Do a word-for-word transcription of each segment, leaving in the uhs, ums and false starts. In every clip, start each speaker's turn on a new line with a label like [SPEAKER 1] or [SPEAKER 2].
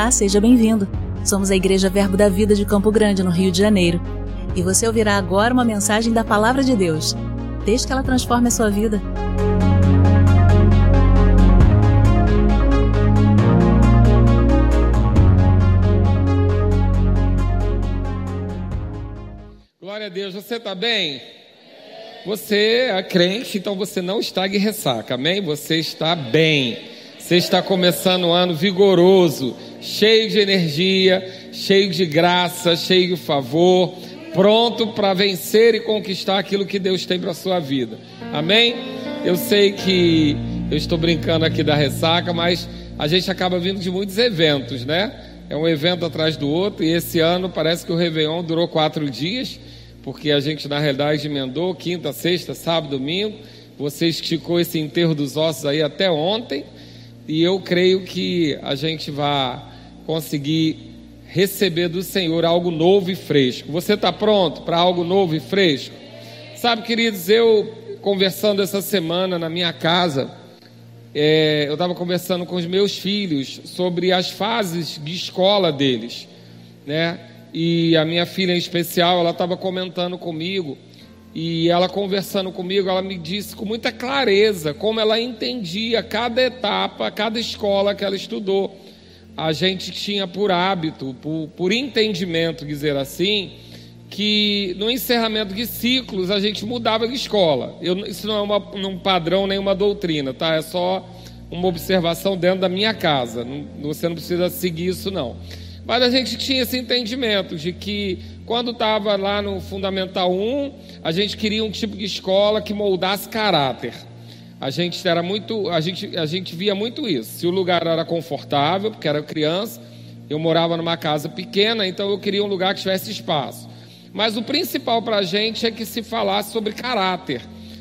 [SPEAKER 1] Olá, seja bem-vindo. Somos a Igreja Verbo da Vida de Campo Grande, no Rio de Janeiro. E você ouvirá agora uma mensagem da Palavra de Deus. Desde que ela transforme a sua vida.
[SPEAKER 2] Glória a Deus, você está bem? Você é crente, então você não está de ressaca, amém? Você está bem. Você está começando um ano vigoroso, cheio de energia, cheio de graça, cheio de favor, pronto para vencer e conquistar aquilo que Deus tem para a sua vida, amém? Eu sei que eu estou brincando aqui da ressaca, mas a gente acaba vindo de muitos eventos, né? É um evento atrás do outro, e esse ano parece que o Réveillon durou quatro dias, porque a gente na realidade emendou quinta, sexta, sábado, domingo. Você esticou esse enterro dos ossos aí até ontem, e eu creio que a gente vai conseguir receber do Senhor algo novo e fresco. Você está pronto para algo novo e fresco? Sabe, queridos, eu conversando essa semana na minha casa, é, eu estava conversando com os meus filhos sobre as fases de escola deles, né? E a minha filha em especial, ela estava comentando comigo, e ela conversando comigo, ela me disse com muita clareza como ela entendia cada etapa, cada escola que ela estudou. A gente tinha por hábito, por, por entendimento, dizer assim, que no encerramento de ciclos a gente mudava de escola. Eu, isso não é uma, um padrão nem uma doutrina, tá? É só uma observação dentro da minha casa. Não, você não precisa seguir isso, não. Mas a gente tinha esse entendimento de que quando estava lá no Fundamental um, a gente queria um tipo de escola que moldasse caráter. A gente era muito, a gente, a gente via muito isso. Se o lugar era confortável, porque era criança, eu morava numa casa pequena, então eu queria um lugar que tivesse espaço. Mas o principal para a gente é que se falasse sobre caráter,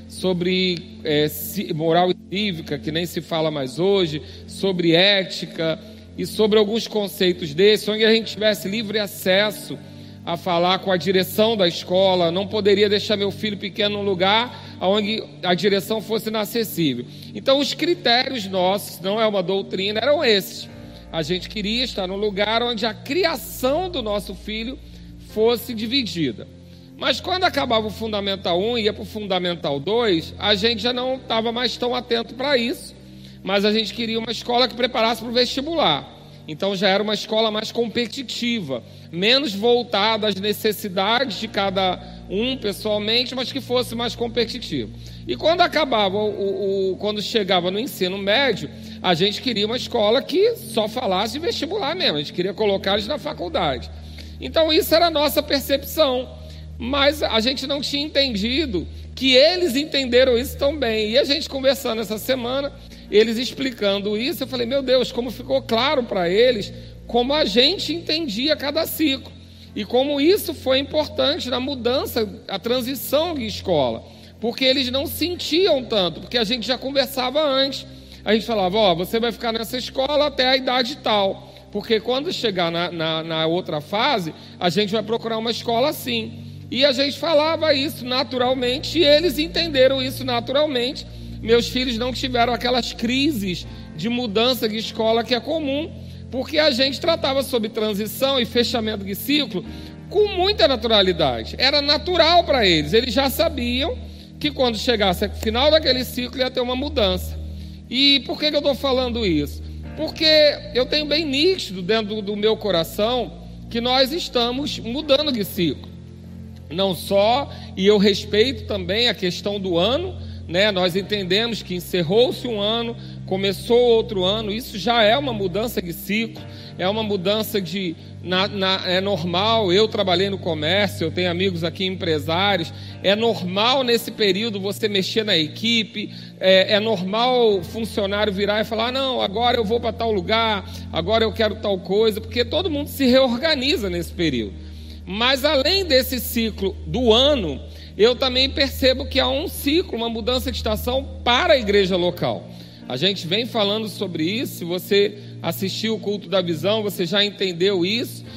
[SPEAKER 2] sobre é, moral e cívica, que nem se fala mais hoje, sobre ética e sobre alguns conceitos desses, onde a gente tivesse livre acesso a falar com a direção da escola. Não poderia deixar meu filho pequeno num lugar onde a direção fosse inacessível. Então os critérios nossos, não é uma doutrina, eram esses. A gente queria estar num lugar onde a criação do nosso filho fosse dividida. Mas quando acabava o Fundamental um e ia para o Fundamental dois, a gente já não estava mais tão atento para isso, mas a gente queria uma escola que preparasse para o vestibular. Então já era uma escola mais competitiva, menos voltada às necessidades de cada um pessoalmente, mas que fosse mais competitivo. E quando acabava, o, o, quando chegava no ensino médio, a gente queria uma escola que só falasse de vestibular mesmo, a gente queria colocar eles na faculdade. Então isso era a nossa percepção, mas a gente não tinha entendido que eles entenderam isso tão bem. E a gente conversando essa semana, eles explicando isso, eu falei, meu Deus, como ficou claro para eles como a gente entendia cada ciclo e como isso foi importante na mudança, a transição de escola, porque eles não sentiam tanto, porque a gente já conversava antes. A gente falava, ó, você vai ficar nessa escola até a idade tal, porque quando chegar na, na, na outra fase, a gente vai procurar uma escola assim. E a gente falava isso naturalmente e eles entenderam isso naturalmente. Meus filhos não tiveram aquelas crises de mudança de escola que é comum, porque a gente tratava sobre transição e fechamento de ciclo com muita naturalidade. Era natural para eles, eles já sabiam que quando chegasse ao final daquele ciclo ia ter uma mudança. E por que que eu estou falando isso? Porque eu tenho bem nítido dentro do meu coração que nós estamos mudando de ciclo. Não só, e eu respeito também a questão do ano, né? Nós entendemos que encerrou-se um ano, começou outro ano, isso já é uma mudança de ciclo, é uma mudança de... Na, na, é normal, eu trabalhei no comércio, eu tenho amigos aqui empresários, é normal nesse período você mexer na equipe, é, é normal o funcionário virar e falar, não, agora eu vou para tal lugar, agora eu quero tal coisa, porque todo mundo se reorganiza nesse período. Mas além desse ciclo do ano, eu também percebo que há um ciclo, uma mudança de estação para a igreja local. A gente vem falando sobre isso, se você assistiu o culto da visão, você já entendeu isso,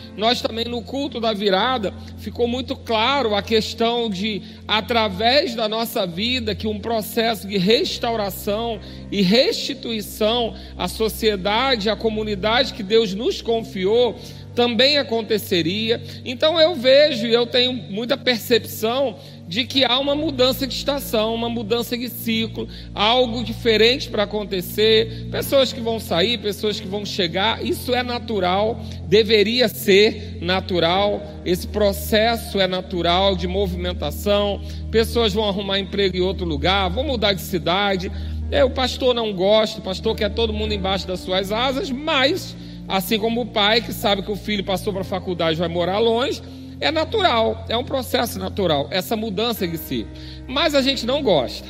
[SPEAKER 2] nós também no culto da virada, ficou muito claro a questão de, através da nossa vida, que um processo de restauração e restituição à sociedade, à comunidade que Deus nos confiou, também aconteceria. Então eu vejo e eu tenho muita percepção de que há uma mudança de estação, uma mudança de ciclo, algo diferente para acontecer, pessoas que vão sair, pessoas que vão chegar, isso é natural, deveria ser natural, esse processo é natural de movimentação, pessoas vão arrumar emprego em outro lugar, vão mudar de cidade, é, o pastor não gosta, o pastor quer todo mundo embaixo das suas asas, mas, assim como o pai que sabe que o filho passou para a faculdade e vai morar longe, é natural, é um processo natural, essa mudança de si. Mas a gente não gosta.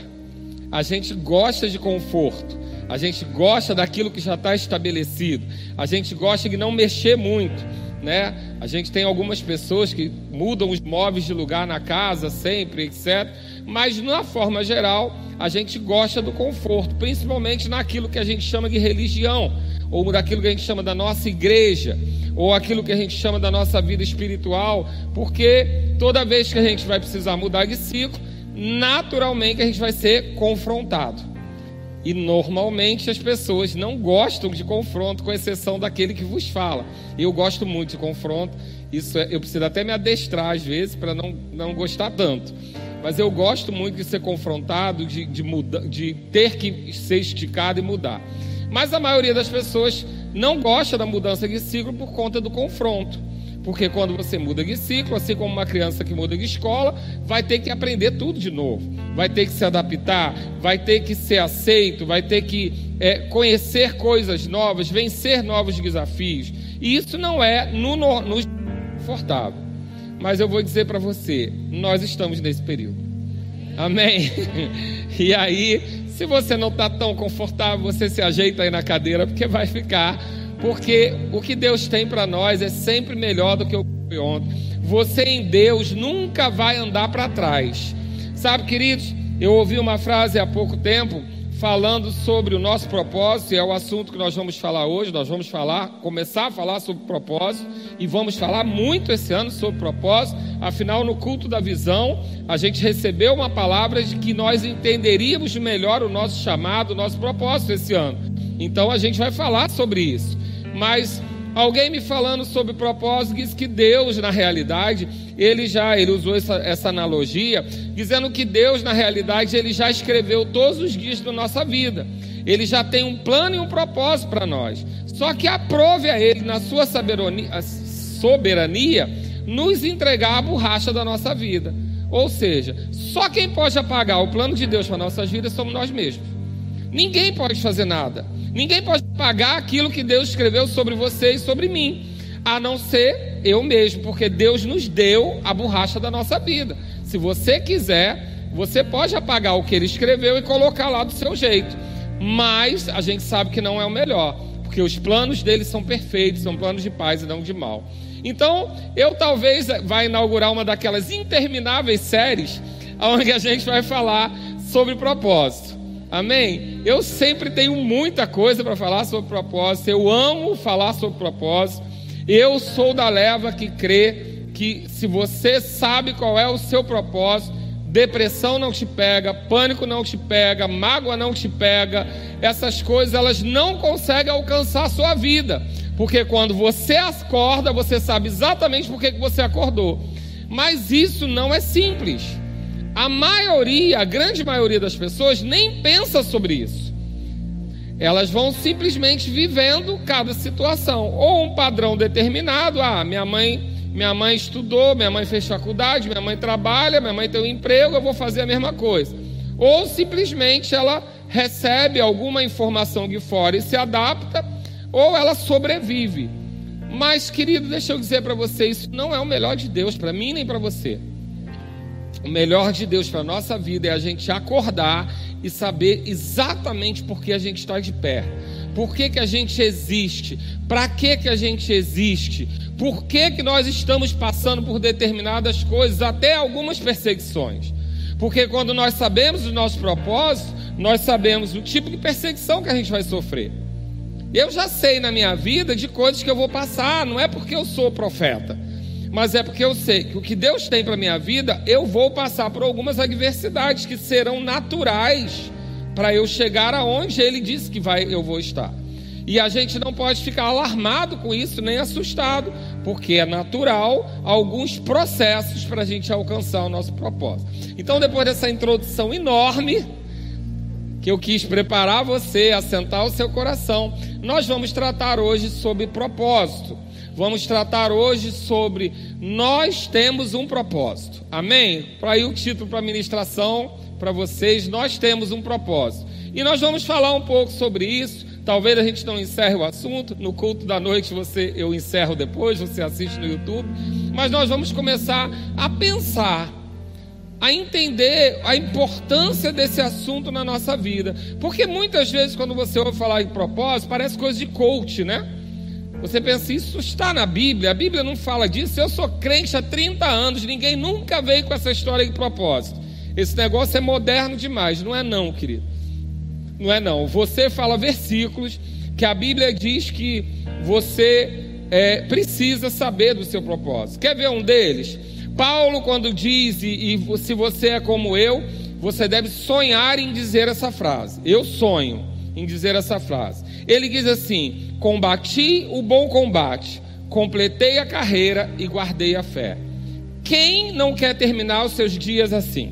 [SPEAKER 2] A gente gosta de conforto. A gente gosta daquilo que já está estabelecido. A gente gosta de não mexer muito, né? A gente tem algumas pessoas que mudam os móveis de lugar na casa sempre, etcétera. Mas, de uma forma geral, a gente gosta do conforto, principalmente naquilo que a gente chama de religião, ou daquilo que a gente chama da nossa igreja, ou aquilo que a gente chama da nossa vida espiritual, porque toda vez que a gente vai precisar mudar de ciclo, naturalmente a gente vai ser confrontado. E normalmente as pessoas não gostam de confronto, com exceção daquele que vos fala. Eu gosto muito de confronto, isso é, eu preciso até me adestrar às vezes para não, não gostar tanto. Mas eu gosto muito de ser confrontado, de, de, muda, de ter que ser esticado e mudar. Mas a maioria das pessoas não gosta da mudança de ciclo por conta do confronto. Porque quando você muda de ciclo, assim como uma criança que muda de escola, vai ter que aprender tudo de novo. Vai ter que se adaptar, vai ter que ser aceito, vai ter que é, conhecer coisas novas, vencer novos desafios. E isso não é no, no, no confortável. Mas eu vou dizer para você, nós estamos nesse período. Amém? E aí, se você não está tão confortável, você se ajeita aí na cadeira, porque vai ficar. Porque o que Deus tem para nós é sempre melhor do que o que foi ontem. Você em Deus nunca vai andar para trás. Sabe, queridos, eu ouvi uma frase há pouco tempo falando sobre o nosso propósito, e é o assunto que nós vamos falar hoje. Nós vamos falar, começar a falar sobre propósito, e vamos falar muito esse ano sobre propósito. Afinal, no culto da visão, a gente recebeu uma palavra de que nós entenderíamos melhor o nosso chamado, o nosso propósito esse ano. Então a gente vai falar sobre isso. Mas alguém me falando sobre propósito diz que Deus, na realidade, ele já, ele usou essa, essa analogia, dizendo que Deus, na realidade, ele já escreveu todos os dias da nossa vida. Ele já tem um plano e um propósito para nós. Só que aprove a ele, na sua soberania, soberania, nos entregar a borracha da nossa vida. Ou seja, só quem pode apagar o plano de Deus para nossas vidas somos nós mesmos. Ninguém pode fazer nada. Ninguém pode pagar aquilo que Deus escreveu sobre você e sobre mim, a não ser eu mesmo, porque Deus nos deu a borracha da nossa vida. Se você quiser, você pode apagar o que Ele escreveu e colocar lá do seu jeito, mas a gente sabe que não é o melhor, porque os planos dele são perfeitos, são planos de paz e não de mal. Então, eu talvez vá inaugurar uma daquelas intermináveis séries onde a gente vai falar sobre propósito. Amém? Eu sempre tenho muita coisa para falar sobre propósito. Eu amo falar sobre propósito. Eu sou da leva que crê que se você sabe qual é o seu propósito, depressão não te pega, pânico não te pega, mágoa não te pega. Essas coisas, elas não conseguem alcançar a sua vida, porque quando você acorda, você sabe exatamente por que você acordou. Mas isso não é simples. A maioria, a grande maioria das pessoas nem pensa sobre isso. Elas vão simplesmente vivendo cada situação, ou um padrão determinado. Ah, minha mãe, minha mãe estudou, minha mãe fez faculdade, minha mãe trabalha, minha mãe tem um emprego, eu vou fazer a mesma coisa. Ou simplesmente ela recebe alguma informação de fora e se adapta, ou ela sobrevive. Mas, querido, deixa eu dizer para você, isso não é o melhor de Deus para mim nem para você. O melhor de Deus para a nossa vida é a gente acordar e saber exatamente por que a gente está de pé. Por que que a gente existe? Para que que a gente existe? Por que que nós estamos passando por determinadas coisas, até algumas perseguições? Porque quando nós sabemos o nosso propósito, nós sabemos o tipo de perseguição que a gente vai sofrer. Eu já sei na minha vida de coisas que eu vou passar, não é porque eu sou profeta, mas é porque eu sei que o que Deus tem para a minha vida, eu vou passar por algumas adversidades que serão naturais para eu chegar aonde Ele disse que vai, eu vou estar. E a gente não pode ficar alarmado com isso, nem assustado, porque é natural alguns processos para a gente alcançar o nosso propósito. Então, depois dessa introdução enorme, que eu quis preparar você, assentar o seu coração, nós vamos tratar hoje sobre propósito. Vamos tratar hoje sobre nós temos um propósito. Amém? Para aí o título para a ministração para vocês, nós temos um propósito. E nós vamos falar um pouco sobre isso. Talvez a gente não encerre o assunto. No culto da noite você, eu encerro depois, você assiste no YouTube. Mas nós vamos começar a pensar, a entender a importância desse assunto na nossa vida. Porque muitas vezes quando você ouve falar em propósito, parece coisa de coach, né? Você pensa, isso está na Bíblia, a Bíblia não fala disso. Eu sou crente há trinta anos, ninguém nunca veio com essa história de propósito. Esse negócio é moderno demais. Não é não, querido. Não é não. Você fala versículos que a Bíblia diz que você é, precisa saber do seu propósito. Quer ver um deles? Paulo, quando diz, e, e se você é como eu, você deve sonhar em dizer essa frase. Eu sonho em dizer essa frase. Ele diz assim: combati o bom combate, completei a carreira e guardei a fé. Quem não quer terminar os seus dias assim?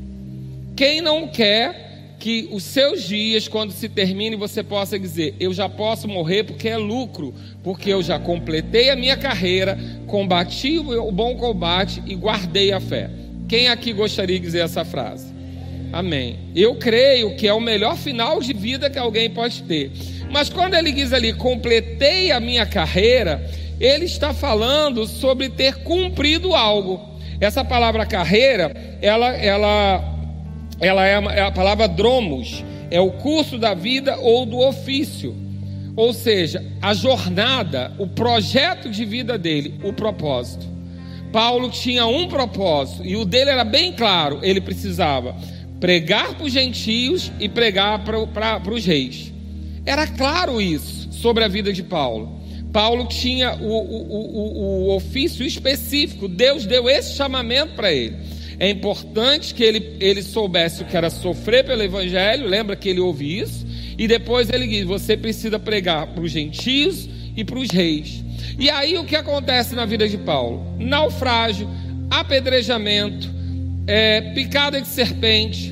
[SPEAKER 2] Quem não quer que os seus dias, quando se termine, você possa dizer: eu já posso morrer porque é lucro, porque eu já completei a minha carreira, combati o bom combate e guardei a fé. Quem aqui gostaria de dizer essa frase? Amém. Eu creio que é o melhor final de vida que alguém pode ter. Mas quando ele diz ali, completei a minha carreira, ele está falando sobre ter cumprido algo. Essa palavra carreira, ela, ela, ela é, a, é a palavra dromos, é o curso da vida ou do ofício. Ou seja, a jornada, o projeto de vida dele, o propósito. Paulo tinha um propósito e o dele era bem claro. Ele precisava pregar para os gentios e pregar para os reis. Era claro isso sobre a vida de Paulo. Paulo tinha o, o, o, o ofício específico. Deus deu esse chamamento para ele. É importante que ele, ele soubesse o que era sofrer pelo evangelho. Lembra que ele ouve isso? E depois ele diz: você precisa pregar para os gentios e para os reis. E aí o que acontece na vida de Paulo? Naufrágio, apedrejamento, é, picada de serpente.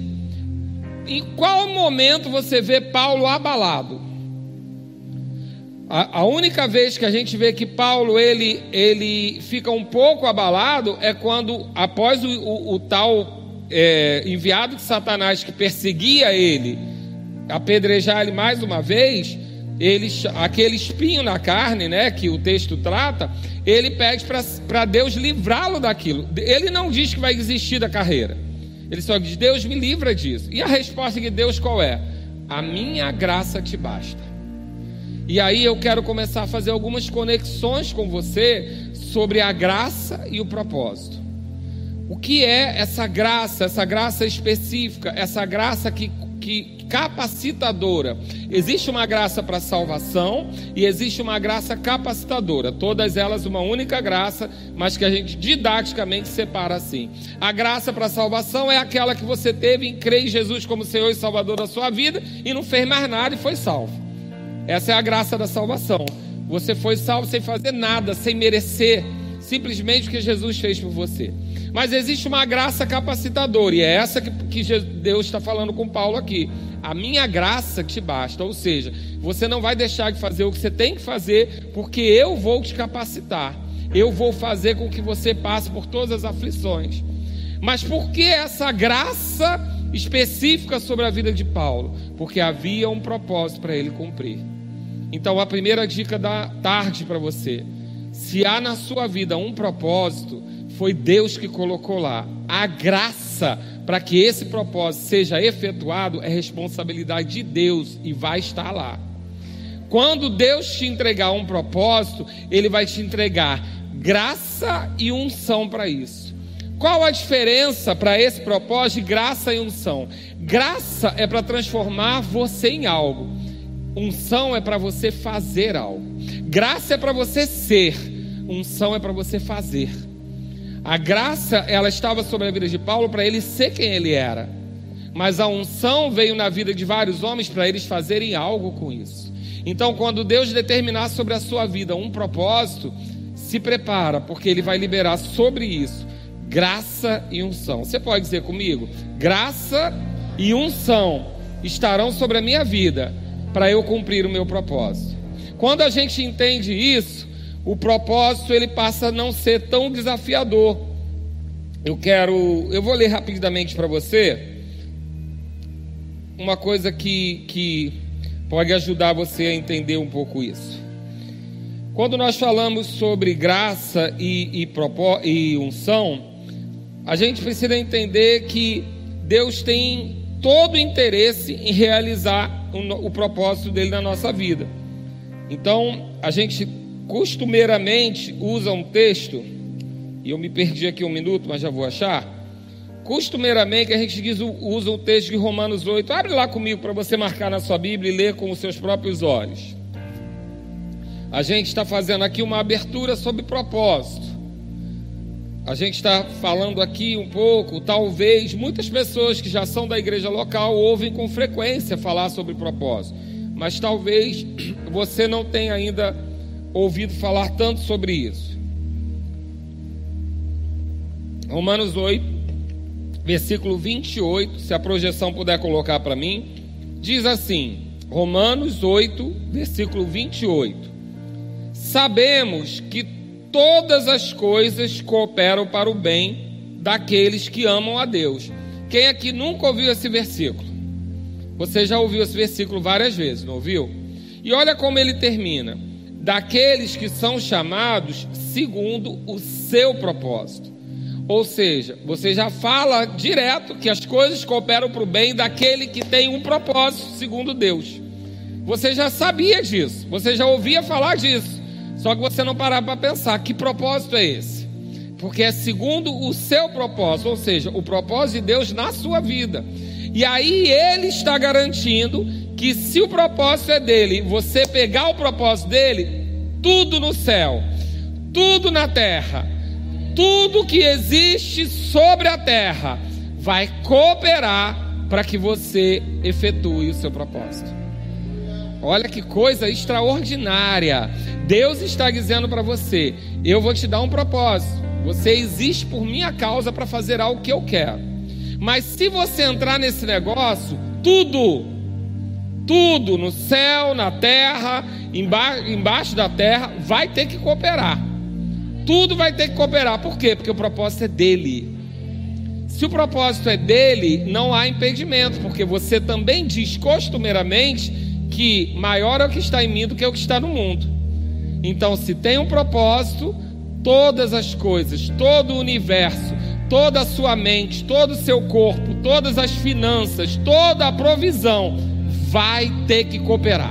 [SPEAKER 2] Em qual momento você vê Paulo abalado? A, a única vez que a gente vê que Paulo ele, ele fica um pouco abalado é quando, após o, o, o tal é, enviado de Satanás que perseguia ele, apedrejar ele mais uma vez, ele, aquele espinho na carne, né, que o texto trata, ele pede para Deus livrá-lo daquilo. Ele não diz que vai desistir da carreira, ele só diz: Deus me livra disso. E a resposta de Deus qual é? A minha graça te basta. E aí eu quero começar a fazer algumas conexões com você sobre a graça e o propósito. O que é essa graça, essa graça específica, essa graça que, que capacitadora? Existe uma graça para salvação e existe uma graça capacitadora. Todas elas uma única graça, mas que a gente didaticamente separa assim. A graça para salvação é aquela que você teve em crer em Jesus como Senhor e Salvador da sua vida e não fez mais nada e foi salvo. Essa é a graça da salvação. Você foi salvo sem fazer nada, sem merecer, simplesmente o que Jesus fez por você. Mas existe uma graça capacitadora, e é essa que, que Deus está falando com Paulo aqui. A minha graça te basta. Ou seja, você não vai deixar de fazer o que você tem que fazer, porque eu vou te capacitar. Eu vou fazer com que você passe por todas as aflições. Mas por que essa graça específica sobre a vida de Paulo? Porque havia um propósito para ele cumprir. Então a primeira dica da tarde para você: se há na sua vida um propósito, foi Deus que colocou lá. A graça para que esse propósito seja efetuado é responsabilidade de Deus e vai estar lá. Quando Deus te entregar um propósito, Ele vai te entregar graça e unção para isso. Qual a diferença para esse propósito de graça e unção? Graça é para transformar você em algo. Unção é para você fazer algo. Graça é para você ser. Unção é para você fazer. A graça, ela estava sobre a vida de Paulo para ele ser quem ele era. Mas a unção veio na vida de vários homens para eles fazerem algo com isso. Então, quando Deus determinar sobre a sua vida um propósito, se prepara, porque Ele vai liberar sobre isso graça e unção. Você pode dizer comigo? Graça e unção estarão sobre a minha vida para eu cumprir o meu propósito. Quando a gente entende isso, o propósito ele passa a não ser tão desafiador. Eu quero, eu vou ler rapidamente para você uma coisa que, que pode ajudar você a entender um pouco isso. Quando nós falamos sobre graça e, e, propó, e unção, a gente precisa entender que Deus tem todo o interesse em realizar o, o propósito dele na nossa vida. Então, a gente costumeiramente usa um texto, e eu me perdi aqui um minuto, mas já vou achar. Costumeiramente a gente diz, usa o texto de Romanos oito. Abre lá comigo para você marcar na sua Bíblia e ler com os seus próprios olhos. A gente está fazendo aqui uma abertura sobre propósito. A gente está falando aqui um pouco, talvez muitas pessoas que já são da igreja local ouvem com frequência falar sobre propósito, mas talvez você não tenha ainda ouvido falar tanto sobre isso. Romanos oito, versículo vinte e oito, se a projeção puder colocar para mim, diz assim, Romanos oito, versículo vinte e oito: sabemos que todas as coisas cooperam para o bem daqueles que amam a Deus. Quem aqui nunca ouviu esse versículo? Você já ouviu esse versículo várias vezes, não ouviu? E olha como ele termina: daqueles que são chamados segundo o seu propósito. Ou seja, você já fala direto que as coisas cooperam para o bem daquele que tem um propósito segundo Deus. Você já sabia disso, você já ouvia falar disso, só que você não parava para pensar, que propósito é esse? Porque é segundo o seu propósito, ou seja, o propósito de Deus na sua vida. E aí Ele está garantindo que se o propósito é dele, você pegar o propósito dele, tudo no céu, tudo na terra, tudo que existe sobre a terra vai cooperar para que você efetue o seu propósito. Olha que coisa extraordinária. Deus está dizendo para você: eu vou te dar um propósito. Você existe por minha causa para fazer algo que eu quero. Mas se você entrar nesse negócio, tudo, tudo no céu, na terra, emba- embaixo da terra, vai ter que cooperar. Tudo vai ter que cooperar. Por quê? Porque o propósito é dele. Se o propósito é dele, não há impedimento, porque você também diz costumeiramente que maior é o que está em mim do que o que está no mundo. Então, se tem um propósito, todas as coisas, todo o universo, toda a sua mente, todo o seu corpo, todas as finanças, toda a provisão vai ter que cooperar.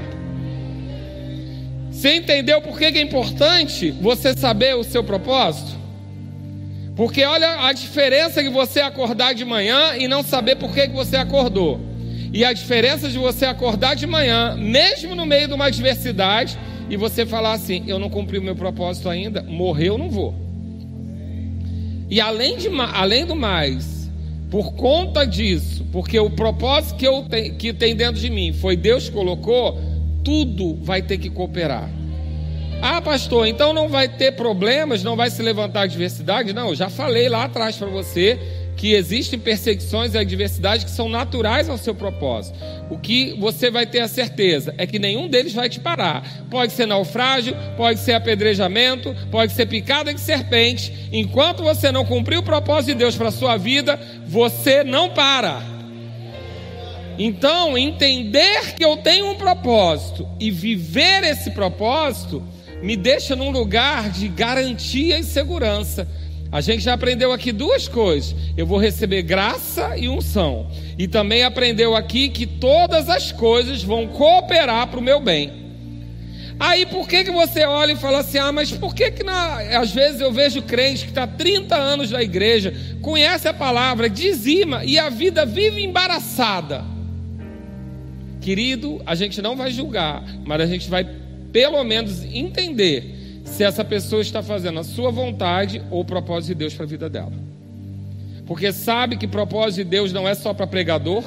[SPEAKER 2] Você entendeu por que é importante você saber o seu propósito? Porque olha a diferença de você acordar de manhã e não saber por que você acordou. E a diferença de você acordar de manhã, mesmo no meio de uma adversidade, e você falar assim: eu não cumpri o meu propósito ainda, morrer eu não vou. E além, de, além do mais, por conta disso, porque o propósito que, eu te, que tem dentro de mim foi Deus que colocou, tudo vai ter que cooperar. Ah, pastor, então não vai ter problemas, não vai se levantar adversidade? Não, eu já falei lá atrás para você que existem perseguições e adversidades que são naturais ao seu propósito. O que você vai ter a certeza é que nenhum deles vai te parar. Pode ser naufrágio, pode ser apedrejamento, pode ser picada de serpente. Enquanto você não cumprir o propósito de Deus para a sua vida, você não para. Então, entender que eu tenho um propósito e viver esse propósito me deixa num lugar de garantia e segurança. A gente já aprendeu aqui duas coisas: eu vou receber graça e unção. E também aprendeu aqui que todas as coisas vão cooperar para o meu bem. Aí por que que você olha e fala assim: ah, mas por que que na... às vezes eu vejo crente que está há trinta anos na igreja, conhece a palavra, dizima, e a vida vive embaraçada? Querido, a gente não vai julgar, mas a gente vai pelo menos entender se essa pessoa está fazendo a sua vontade ou o propósito de Deus para a vida dela. Porque sabe que propósito de Deus não é só para pregador?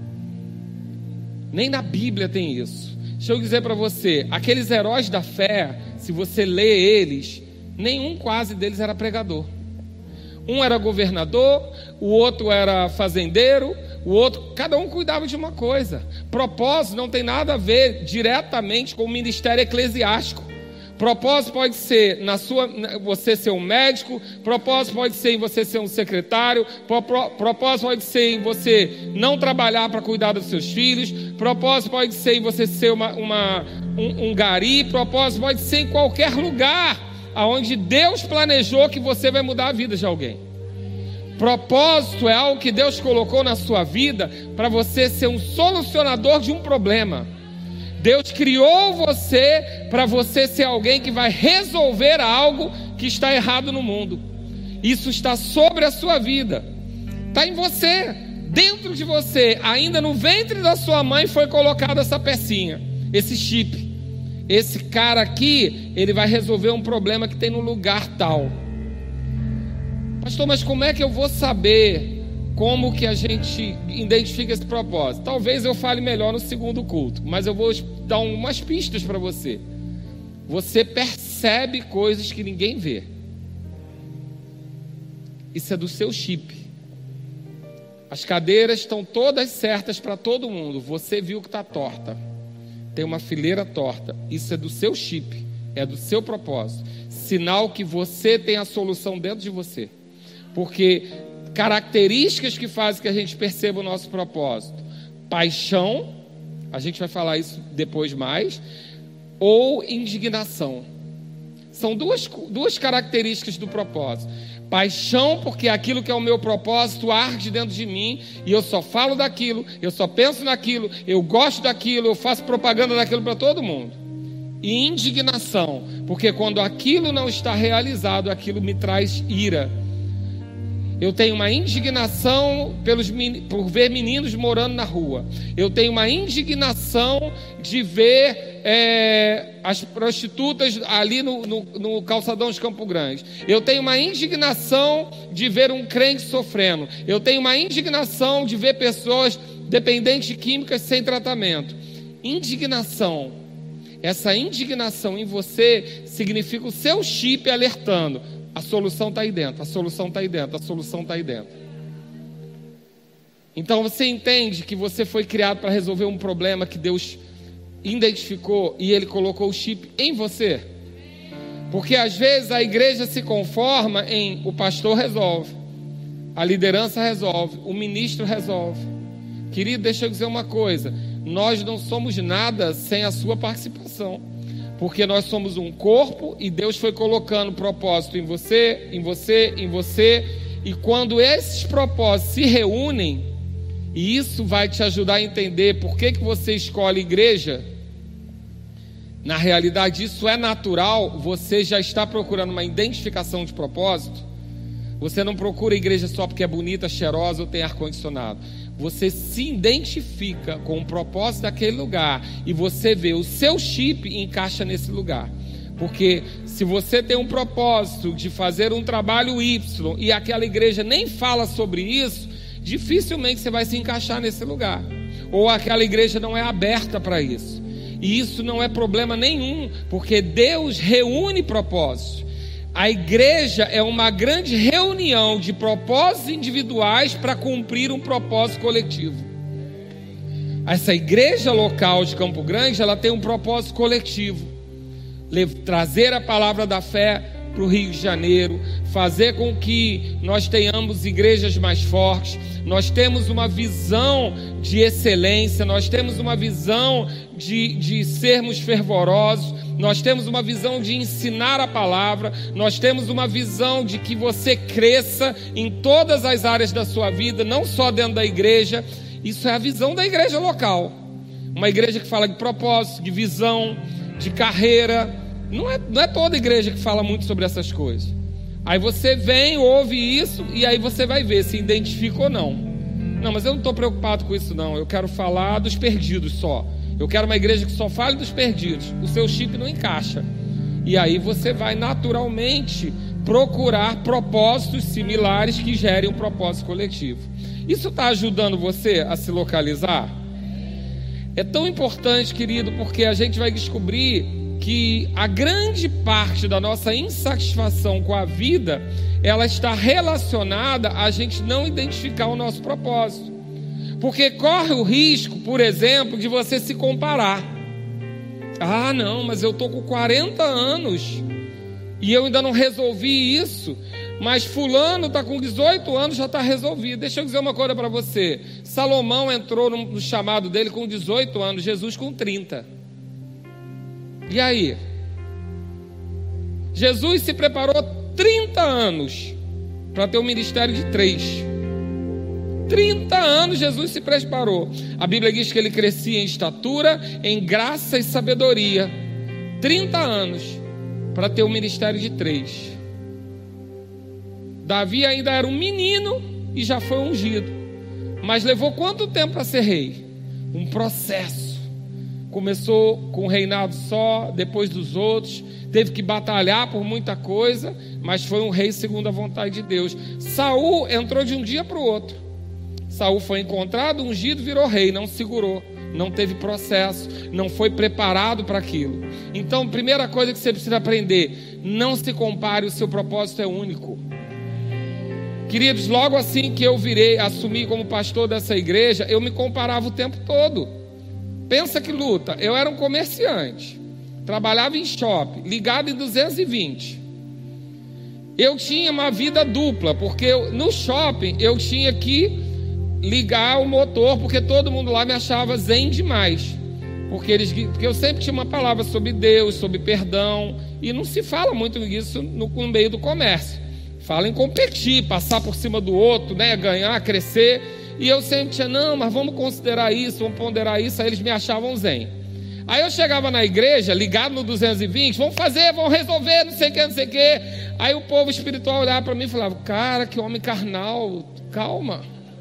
[SPEAKER 2] Nem na Bíblia tem isso. Deixa eu dizer para você, aqueles heróis da fé, se você lê eles, nenhum quase deles era pregador. Um era governador, o outro era fazendeiro, o outro, cada um cuidava de uma coisa. Propósito não tem nada a ver diretamente com o ministério eclesiástico. Propósito pode ser na sua, você ser um médico, propósito pode ser em você ser um secretário, propósito pode ser em você não trabalhar para cuidar dos seus filhos, propósito pode ser em você ser uma, uma, um, um gari, propósito pode ser em qualquer lugar aonde Deus planejou que você vai mudar a vida de alguém. Propósito é algo que Deus colocou na sua vida para você ser um solucionador de um problema. Deus criou você para você ser alguém que vai resolver algo que está errado no mundo. Isso está sobre a sua vida, está em você, dentro de você. Ainda no ventre da sua mãe foi colocada essa pecinha, esse chip. Esse cara aqui, ele vai resolver um problema que tem no lugar tal. Pastor, mas como é que eu vou saber como que a gente identifica esse propósito? Talvez eu fale melhor no segundo culto, mas eu vou dar umas pistas para você. Você percebe coisas que ninguém vê. Isso é do seu chip. As cadeiras estão todas certas para todo mundo. Você viu que está torta. Tem uma fileira torta. Isso é do seu chip. É do seu propósito. Sinal que você tem a solução dentro de você. Porque características que fazem que a gente perceba o nosso propósito: paixão, a gente vai falar isso depois mais, ou indignação. São duas, duas características do propósito. Paixão, porque aquilo que é o meu propósito arde dentro de mim, e eu só falo daquilo, eu só penso naquilo, eu gosto daquilo, eu faço propaganda daquilo para todo mundo. E indignação, porque quando aquilo não está realizado, aquilo me traz ira. Eu tenho uma indignação pelos, por ver meninos morando na rua. Eu tenho uma indignação de ver é, as prostitutas ali no, no, no calçadão de Campo Grande. Eu tenho uma indignação de ver um crente sofrendo. Eu tenho uma indignação de ver pessoas dependentes de químicas sem tratamento. Indignação. Essa indignação em você significa o seu chip alertando: a solução está aí dentro, a solução está aí dentro, a solução está aí dentro. Então você entende que você foi criado para resolver um problema que Deus identificou e Ele colocou o chip em você. Porque às vezes a igreja se conforma em: o pastor resolve, a liderança resolve, o ministro resolve. Querido, deixa eu dizer uma coisa: nós não somos nada sem a sua participação. Porque nós somos um corpo e Deus foi colocando propósito em você, em você, em você. E quando esses propósitos se reúnem, e isso vai te ajudar a entender por que, que você escolhe igreja, na realidade isso é natural. Você já está procurando uma identificação de propósito. Você não procura igreja só porque é bonita, cheirosa ou tem ar-condicionado. Você se identifica com o propósito daquele lugar e você vê o seu chip e encaixa nesse lugar. Porque se você tem um propósito de fazer um trabalho Y e aquela igreja nem fala sobre isso, dificilmente você vai se encaixar nesse lugar. Ou aquela igreja não é aberta para isso. E isso não é problema nenhum, porque Deus reúne propósitos. A igreja é uma grande reunião de propósitos individuais para cumprir um propósito coletivo. Essa igreja local de Campo Grande, ela tem um propósito coletivo: trazer a palavra da fé para o Rio de Janeiro, fazer com que nós tenhamos igrejas mais fortes. Nós temos uma visão de excelência, nós temos uma visão de, de sermos fervorosos, nós temos uma visão de ensinar a palavra, nós temos uma visão de que você cresça em todas as áreas da sua vida, não só dentro da igreja. Isso é a visão da igreja local, uma igreja que fala de propósito, de visão, de carreira. Não é, não é toda igreja que fala muito sobre essas coisas. Aí você vem, ouve isso, e aí você vai ver se identifica ou não. Não, mas eu não estou preocupado com isso não. Eu quero falar dos perdidos só. Eu quero uma igreja que só fale dos perdidos. O seu chip não encaixa. E aí você vai naturalmente procurar propósitos similares que gerem um propósito coletivo. Isso está ajudando você a se localizar? É tão importante, querido, porque a gente vai descobrir que a grande parte da nossa insatisfação com a vida, ela está relacionada a gente não identificar o nosso propósito. Porque corre o risco, por exemplo, de você se comparar. Ah, não, mas eu estou com quarenta anos e eu ainda não resolvi isso. Mas fulano está com dezoito anos, já está resolvido. Deixa eu dizer uma coisa para você. Salomão entrou no chamado dele com dezoito anos, Jesus com trinta. E aí? Jesus se preparou trinta anos para ter um ministério de três. trinta anos Jesus se preparou. A Bíblia diz que ele crescia em estatura, em graça e sabedoria. trinta anos para ter um ministério de três. Davi ainda era um menino e já foi ungido. Mas levou quanto tempo para ser rei? Um processo. Começou com um reinado só, depois dos outros. Teve que batalhar por muita coisa, mas foi um rei segundo a vontade de Deus. Saul entrou de um dia para o outro. Saul foi encontrado, ungido, virou rei, não segurou, não teve processo, não foi preparado para aquilo. Então, primeira coisa que você precisa aprender: não se compare, o seu propósito é único. Queridos, logo assim que eu virei, assumi como pastor dessa igreja, eu me comparava o tempo todo. Pensa que luta, eu era um comerciante, trabalhava em shopping, ligado em duzentos e vinte. Eu tinha uma vida dupla, porque eu, no shopping eu tinha que ligar o motor, porque todo mundo lá me achava zen demais, porque, eles, porque eu sempre tinha uma palavra sobre Deus, sobre perdão, e não se fala muito disso no, no meio do comércio. Fala em competir, passar por cima do outro, né, ganhar, crescer. E eu sempre tinha, não, mas vamos considerar isso, vamos ponderar isso. Aí eles me achavam zen. Aí eu chegava na igreja, ligado no duzentos e vinte, vamos fazer, vamos resolver, não sei o que, não sei o que. Aí o povo espiritual olhava para mim e falava, cara, que homem carnal, calma.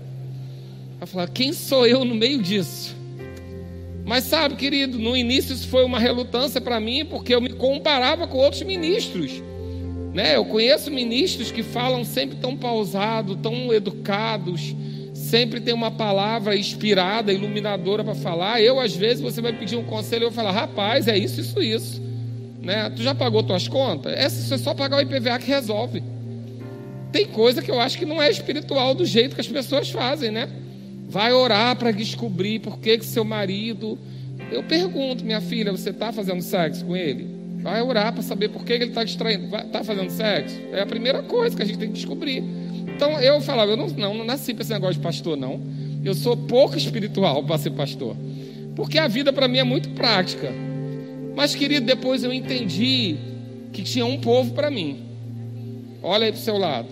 [SPEAKER 2] Eu falava, quem sou eu no meio disso? Mas sabe, querido, no início isso foi uma relutância para mim, porque eu me comparava com outros ministros. Né? Eu conheço ministros que falam sempre tão pausado, tão educados, sempre tem uma palavra inspirada, iluminadora para falar. Eu, às vezes, você vai pedir um conselho e eu vou falar, rapaz, é isso, isso, isso. Né? Tu já pagou tuas contas? Essa é só pagar o I P V A que resolve. Tem coisa que eu acho que não é espiritual do jeito que as pessoas fazem, né? Vai orar para descobrir por que que seu marido... Eu pergunto, minha filha, você está fazendo sexo com ele? Vai orar para saber por que ele está distraindo. Está fazendo sexo? É a primeira coisa que a gente tem que descobrir. Então eu falava, eu não, não, não nasci para esse negócio de pastor, não. Eu sou pouco espiritual para ser pastor. Porque a vida para mim é muito prática. Mas, querido, depois eu entendi que tinha um povo para mim. Olha aí para o seu lado.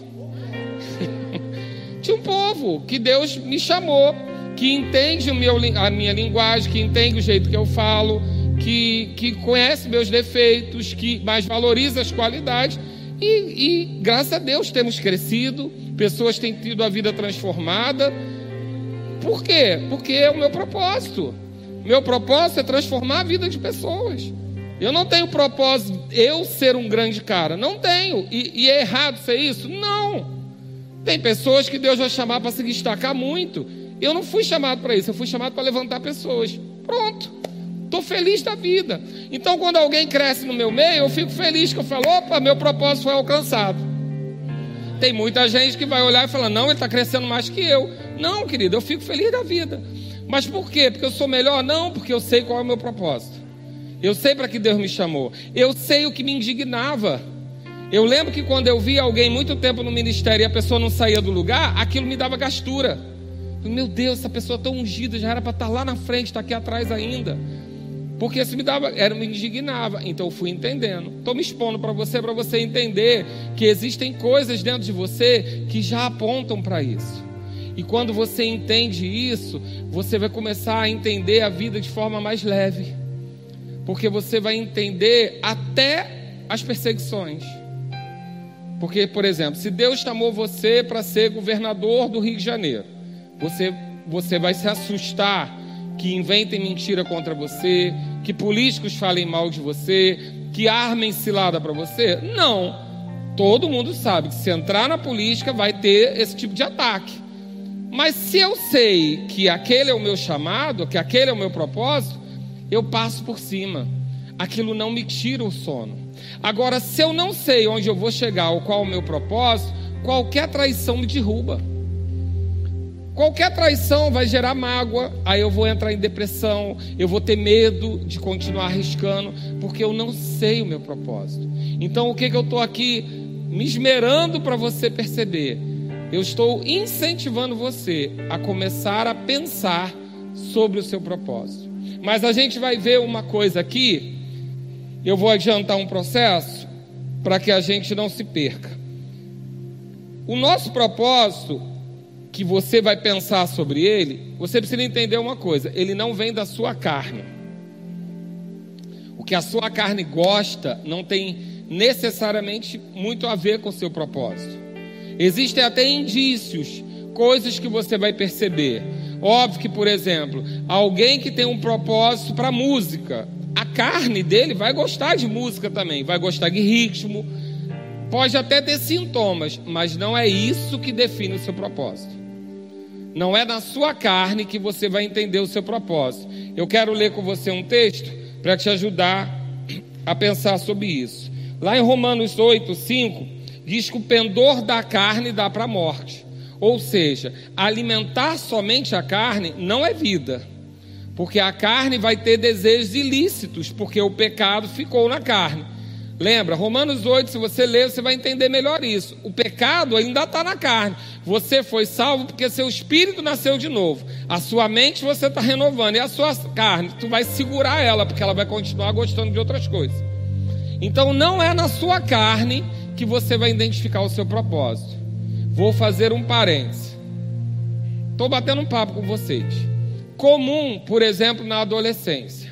[SPEAKER 2] Tinha um povo que Deus me chamou, que entende o meu, a minha linguagem, que entende o jeito que eu falo, que, que conhece meus defeitos, que mais valoriza as qualidades. E, e graças a Deus temos crescido, pessoas têm tido a vida transformada. Por quê? Porque é o meu propósito. Meu propósito é transformar a vida de pessoas. Eu não tenho propósito eu ser um grande cara, não tenho. E, e é errado ser isso? Não. Tem pessoas que Deus vai chamar para se destacar muito. Eu não fui chamado para isso, eu fui chamado para levantar pessoas. Pronto. Estou feliz da vida. Então, quando alguém cresce no meu meio, eu fico feliz, que eu falo, opa, meu propósito foi alcançado. Tem muita gente que vai olhar e falar, não, ele está crescendo mais que eu. Não, querido, eu fico feliz da vida. Mas por quê? Porque eu sou melhor? Não, porque eu sei qual é o meu propósito. Eu sei para que Deus me chamou. Eu sei o que me indignava. Eu lembro que quando eu via alguém muito tempo no ministério e a pessoa não saía do lugar, aquilo me dava gastura. Meu Deus, essa pessoa tão ungida, já era para estar lá na frente, está aqui atrás ainda. Porque isso me dava, era, me indignava. Então eu fui entendendo. Estou me expondo para você, para você entender que existem coisas dentro de você que já apontam para isso. E quando você entende isso, você vai começar a entender a vida de forma mais leve. Porque você vai entender até as perseguições. Porque, por exemplo, se Deus chamou você para ser governador do Rio de Janeiro, Você, você vai se assustar que inventem mentira contra você, que políticos falem mal de você, que armem cilada para você? Não. Todo mundo sabe que se entrar na política vai ter esse tipo de ataque. Mas se eu sei que aquele é o meu chamado, que aquele é o meu propósito, eu passo por cima. Aquilo não me tira o sono. Agora, se eu não sei onde eu vou chegar ou qual é o meu propósito, qualquer traição me derruba. Qualquer traição vai gerar mágoa, aí eu vou entrar em depressão, eu vou ter medo de continuar arriscando, porque eu não sei o meu propósito. Então o que, que eu estou aqui me esmerando para você perceber? Eu estou incentivando você a começar a pensar sobre o seu propósito. Mas a gente vai ver uma coisa aqui, eu vou adiantar um processo para que a gente não se perca. O nosso propósito, que você vai pensar sobre ele, você precisa entender uma coisa: ele não vem da sua carne. O que a sua carne gosta não tem necessariamente muito a ver com o seu propósito. Existem até indícios, coisas que você vai perceber. Óbvio que, por exemplo, alguém que tem um propósito para música, a carne dele vai gostar de música também, vai gostar de ritmo, pode até ter sintomas, mas não é isso que define o seu propósito. Não é na sua carne que você vai entender o seu propósito. Eu quero ler com você um texto para te ajudar a pensar sobre isso. Lá em Romanos oito, cinco, diz que o pendor da carne dá para a morte. Ou seja, alimentar somente a carne não é vida. Porque a carne vai ter desejos ilícitos, porque o pecado ficou na carne. Lembra, Romanos oito, se você ler, você vai entender melhor isso. O pecado ainda está na carne. Você foi salvo porque seu espírito nasceu de novo. A sua mente você está renovando. E a sua carne, tu vai segurar ela, porque ela vai continuar gostando de outras coisas. Então não é na sua carne que você vai identificar o seu propósito. Vou fazer um parênteses. Estou batendo um papo com vocês. Comum, por exemplo, na adolescência.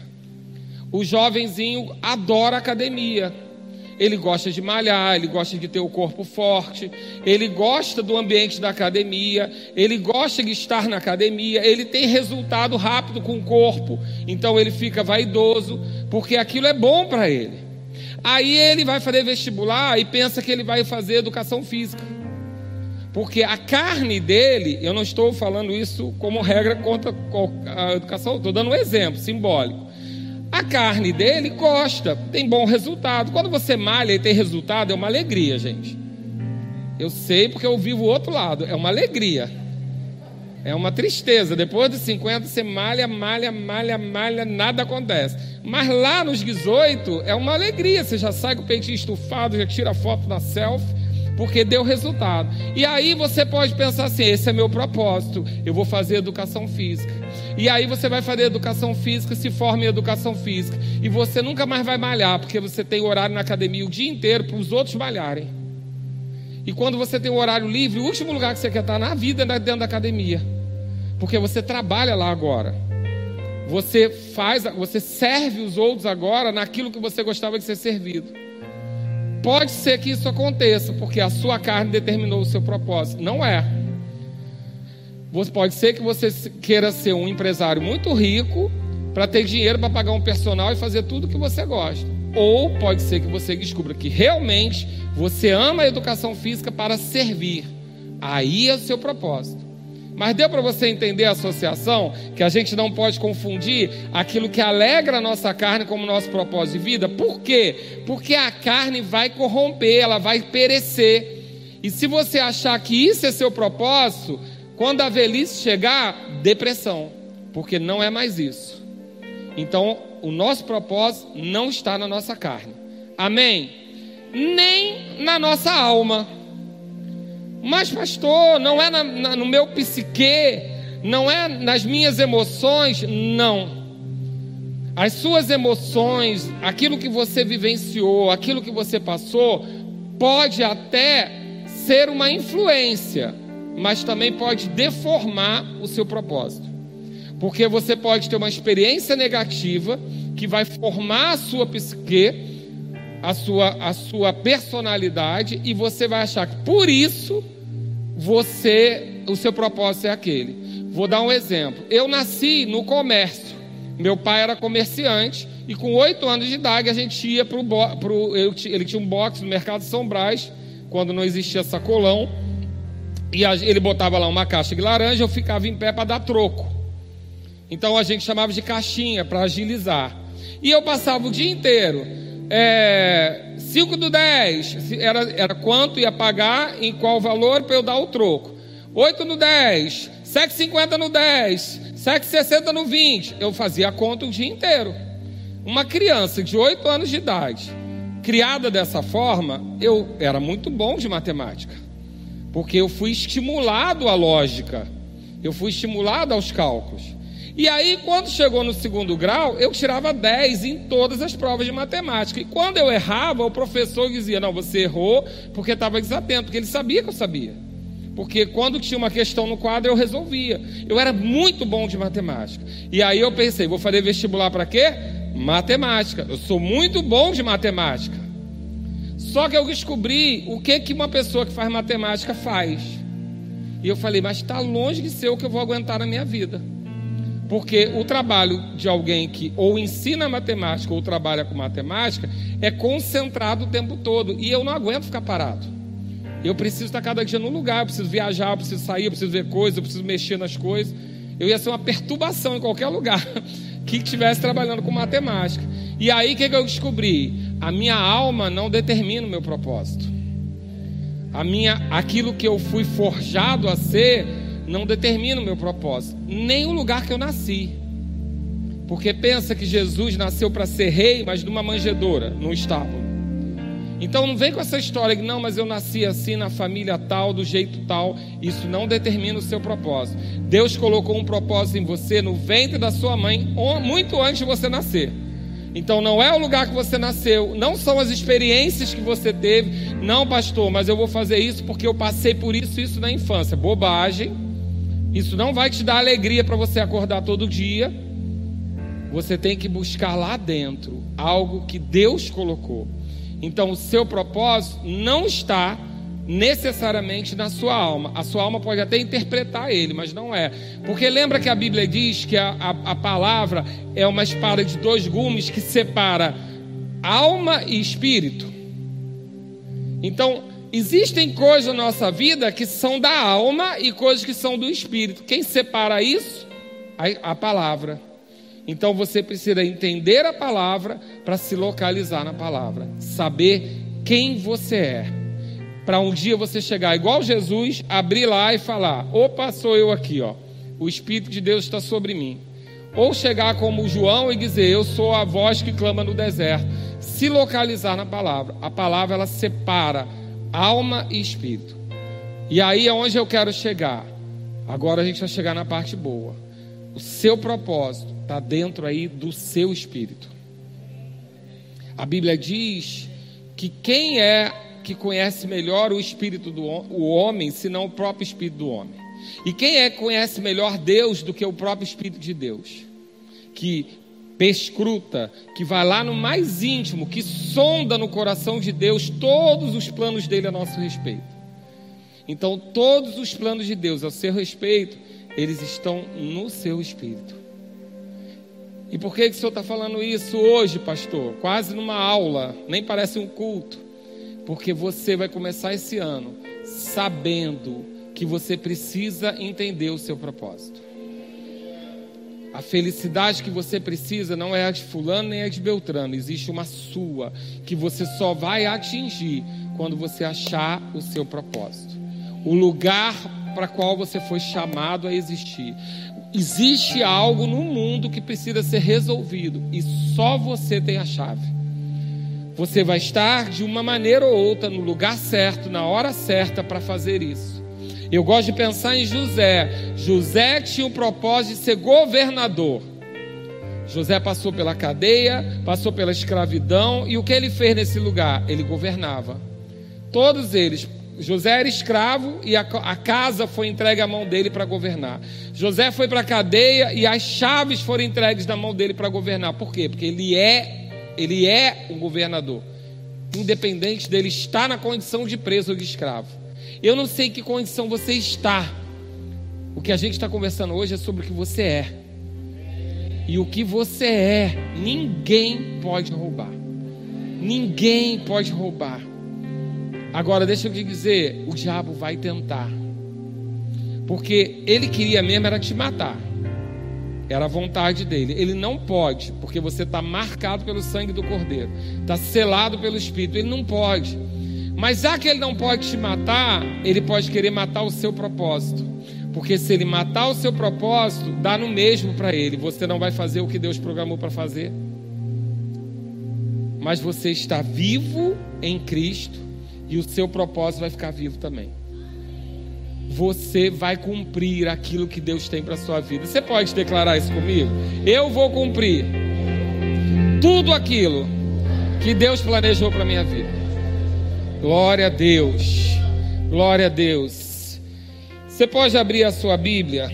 [SPEAKER 2] O jovenzinho adora academia. Ele gosta de malhar, ele gosta de ter o corpo forte, ele gosta do ambiente da academia, ele gosta de estar na academia, ele tem resultado rápido com o corpo, então ele fica vaidoso, porque aquilo é bom para ele. Aí ele vai fazer vestibular e pensa que ele vai fazer educação física, porque a carne dele, eu não estou falando isso como regra contra a educação, estou dando um exemplo simbólico. A carne dele gosta, tem bom resultado. Quando você malha e tem resultado, é uma alegria, gente. Eu sei porque eu vivo o outro lado, é uma alegria. É uma tristeza, depois dos cinquenta você malha, malha, malha, malha, nada acontece. Mas lá nos dezoito é uma alegria, você já sai com o peitinho estufado, já tira foto na selfie, porque deu resultado. E aí você pode pensar assim: esse é meu propósito, eu vou fazer educação física. E aí você vai fazer educação física, se forma em educação física, e você nunca mais vai malhar, porque você tem horário na academia o dia inteiro para os outros malharem. E quando você tem um horário livre, o último lugar que você quer estar na vida é dentro da academia, porque você trabalha lá agora. Você faz, você serve os outros agora naquilo que você gostava de ser servido. Pode ser que isso aconteça, porque a sua carne determinou o seu propósito. Não é. Pode ser que você queira ser um empresário muito rico para ter dinheiro para pagar um personal e fazer tudo o que você gosta. Ou pode ser que você descubra que realmente você ama a educação física para servir. Aí é o seu propósito. Mas deu para você entender a associação? Que a gente não pode confundir aquilo que alegra a nossa carne como nosso propósito de vida. Por quê? Porque a carne vai corromper, ela vai perecer. E se você achar que isso é seu propósito, quando a velhice chegar, depressão, porque não é mais isso. Então, o nosso propósito não está na nossa carne. Amém? Nem na nossa alma. Mas, pastor, não é na, na, no meu psique, não é nas minhas emoções. Não. As suas emoções, aquilo que você vivenciou, aquilo que você passou, pode até ser uma influência, mas também pode deformar o seu propósito. Porque você pode ter uma experiência negativa que vai formar a sua psique, a sua, a sua personalidade, e você vai achar que por isso você, o seu propósito é aquele. Vou dar um exemplo. Eu nasci no comércio. Meu pai era comerciante e com oito anos de idade a gente ia para o... Ele tinha um box no Mercado de São Brás, quando não existia sacolão. E a, ele botava lá uma caixa de laranja, eu ficava em pé para dar troco. Então a gente chamava de caixinha para agilizar. E eu passava o dia inteiro. É, cinco do dez, era, era quanto ia pagar, em qual valor para eu dar o troco. oito no dez, sete e cinquenta no dez, sete e sessenta no vinte. Eu fazia a conta o dia inteiro. Uma criança de oito anos de idade, criada dessa forma, eu era muito bom de matemática. Porque eu fui estimulado à lógica, eu fui estimulado aos cálculos. E aí, quando chegou no segundo grau, eu tirava dez em todas as provas de matemática. E quando eu errava, o professor dizia, não, você errou porque estava desatento, porque ele sabia que eu sabia. Porque quando tinha uma questão no quadro, eu resolvia. Eu era muito bom de matemática. E aí eu pensei, vou fazer vestibular para quê? Matemática. Eu sou muito bom de matemática. Só que eu descobri o que, que uma pessoa que faz matemática faz. E eu falei, mas está longe de ser o que eu vou aguentar na minha vida. Porque o trabalho de alguém que ou ensina matemática ou trabalha com matemática é concentrado o tempo todo. E eu não aguento ficar parado. Eu preciso estar cada dia no lugar, eu preciso viajar, eu preciso sair, eu preciso ver coisas, eu preciso mexer nas coisas. Eu ia ser uma perturbação em qualquer lugar que estivesse trabalhando com matemática. E aí o que, que eu descobri? A minha alma não determina o meu propósito. A minha, aquilo que eu fui forjado a ser não determina o meu propósito. Nem o lugar que eu nasci. Porque pensa que Jesus nasceu para ser rei, mas numa manjedoura, num estábulo. Então não vem com essa história que não, mas eu nasci assim na família tal, do jeito tal. Isso não determina o seu propósito. Deus colocou um propósito em você no ventre da sua mãe muito antes de você nascer. Então não é o lugar que você nasceu, não são as experiências que você teve. Não, pastor, mas eu vou fazer isso porque eu passei por isso e isso na infância. Bobagem. Isso não vai te dar alegria para você acordar todo dia. Você tem que buscar lá dentro algo que Deus colocou. Então o seu propósito não está necessariamente na sua alma. A sua alma pode até interpretar ele, mas não é. Porque lembra que a Bíblia diz que a, a, a palavra é uma espada de dois gumes que separa alma e espírito. Então existem coisas na nossa vida que são da alma e coisas que são do espírito. Quem separa isso? A, a palavra. Então você precisa entender a palavra para se localizar na palavra, saber quem você é, para um dia você chegar igual Jesus, abrir lá e falar, opa, sou eu aqui, ó. O Espírito de Deus está sobre mim. Ou chegar como João e dizer, eu sou a voz que clama no deserto. Se localizar na palavra. A palavra ela separa alma e espírito. E aí é onde eu quero chegar. Agora a gente vai chegar na parte boa. O seu propósito está dentro aí do seu espírito. A Bíblia diz que quem é que conhece melhor o espírito do o homem, senão o próprio espírito do homem? E quem é que conhece melhor Deus do que o próprio espírito de Deus? Que perscruta, que vai lá no mais íntimo, que sonda no coração de Deus todos os planos dele a nosso respeito. Então todos os planos de Deus a seu respeito, eles estão no seu espírito. E por que, que o senhor está falando isso hoje, pastor? Quase numa aula, nem parece um culto. Porque você vai começar esse ano sabendo que você precisa entender o seu propósito. A felicidade que você precisa não é a de fulano nem a de Beltrano. Existe uma sua, que você só vai atingir quando você achar o seu propósito. O lugar para qual você foi chamado a existir. Existe algo no mundo que precisa ser resolvido e só você tem a chave. Você vai estar de uma maneira ou outra no lugar certo, na hora certa para fazer isso. Eu gosto de pensar em José. José tinha o propósito de ser governador. José passou pela cadeia, passou pela escravidão, e o que ele fez nesse lugar? Ele governava. Todos eles. José era escravo e a, a casa foi entregue à mão dele para governar. José foi para a cadeia e as chaves foram entregues na mão dele para governar. Por quê? Porque ele é, ele é um governador, independente dele estar na condição de preso ou de escravo. Eu não sei em que condição você está, O que a gente está conversando hoje é sobre o que você é. E o que você é, ninguém pode roubar. Ninguém pode roubar. Agora, deixa eu te dizer, o diabo vai tentar. Porque ele queria mesmo era te matar. Era a vontade dele. Ele não pode, porque você está marcado pelo sangue do Cordeiro. Está selado pelo Espírito. Ele não pode. Mas já que ele não pode te matar, ele pode querer matar o seu propósito. Porque se ele matar o seu propósito, dá no mesmo para ele. Você não vai fazer o que Deus programou para fazer. Mas você está vivo em Cristo e o seu propósito vai ficar vivo também. Você vai cumprir aquilo que Deus tem para a sua vida. Você pode declarar isso comigo? Eu vou cumprir tudo aquilo que Deus planejou para a minha vida. Glória a Deus. Glória a Deus. Você pode abrir a sua Bíblia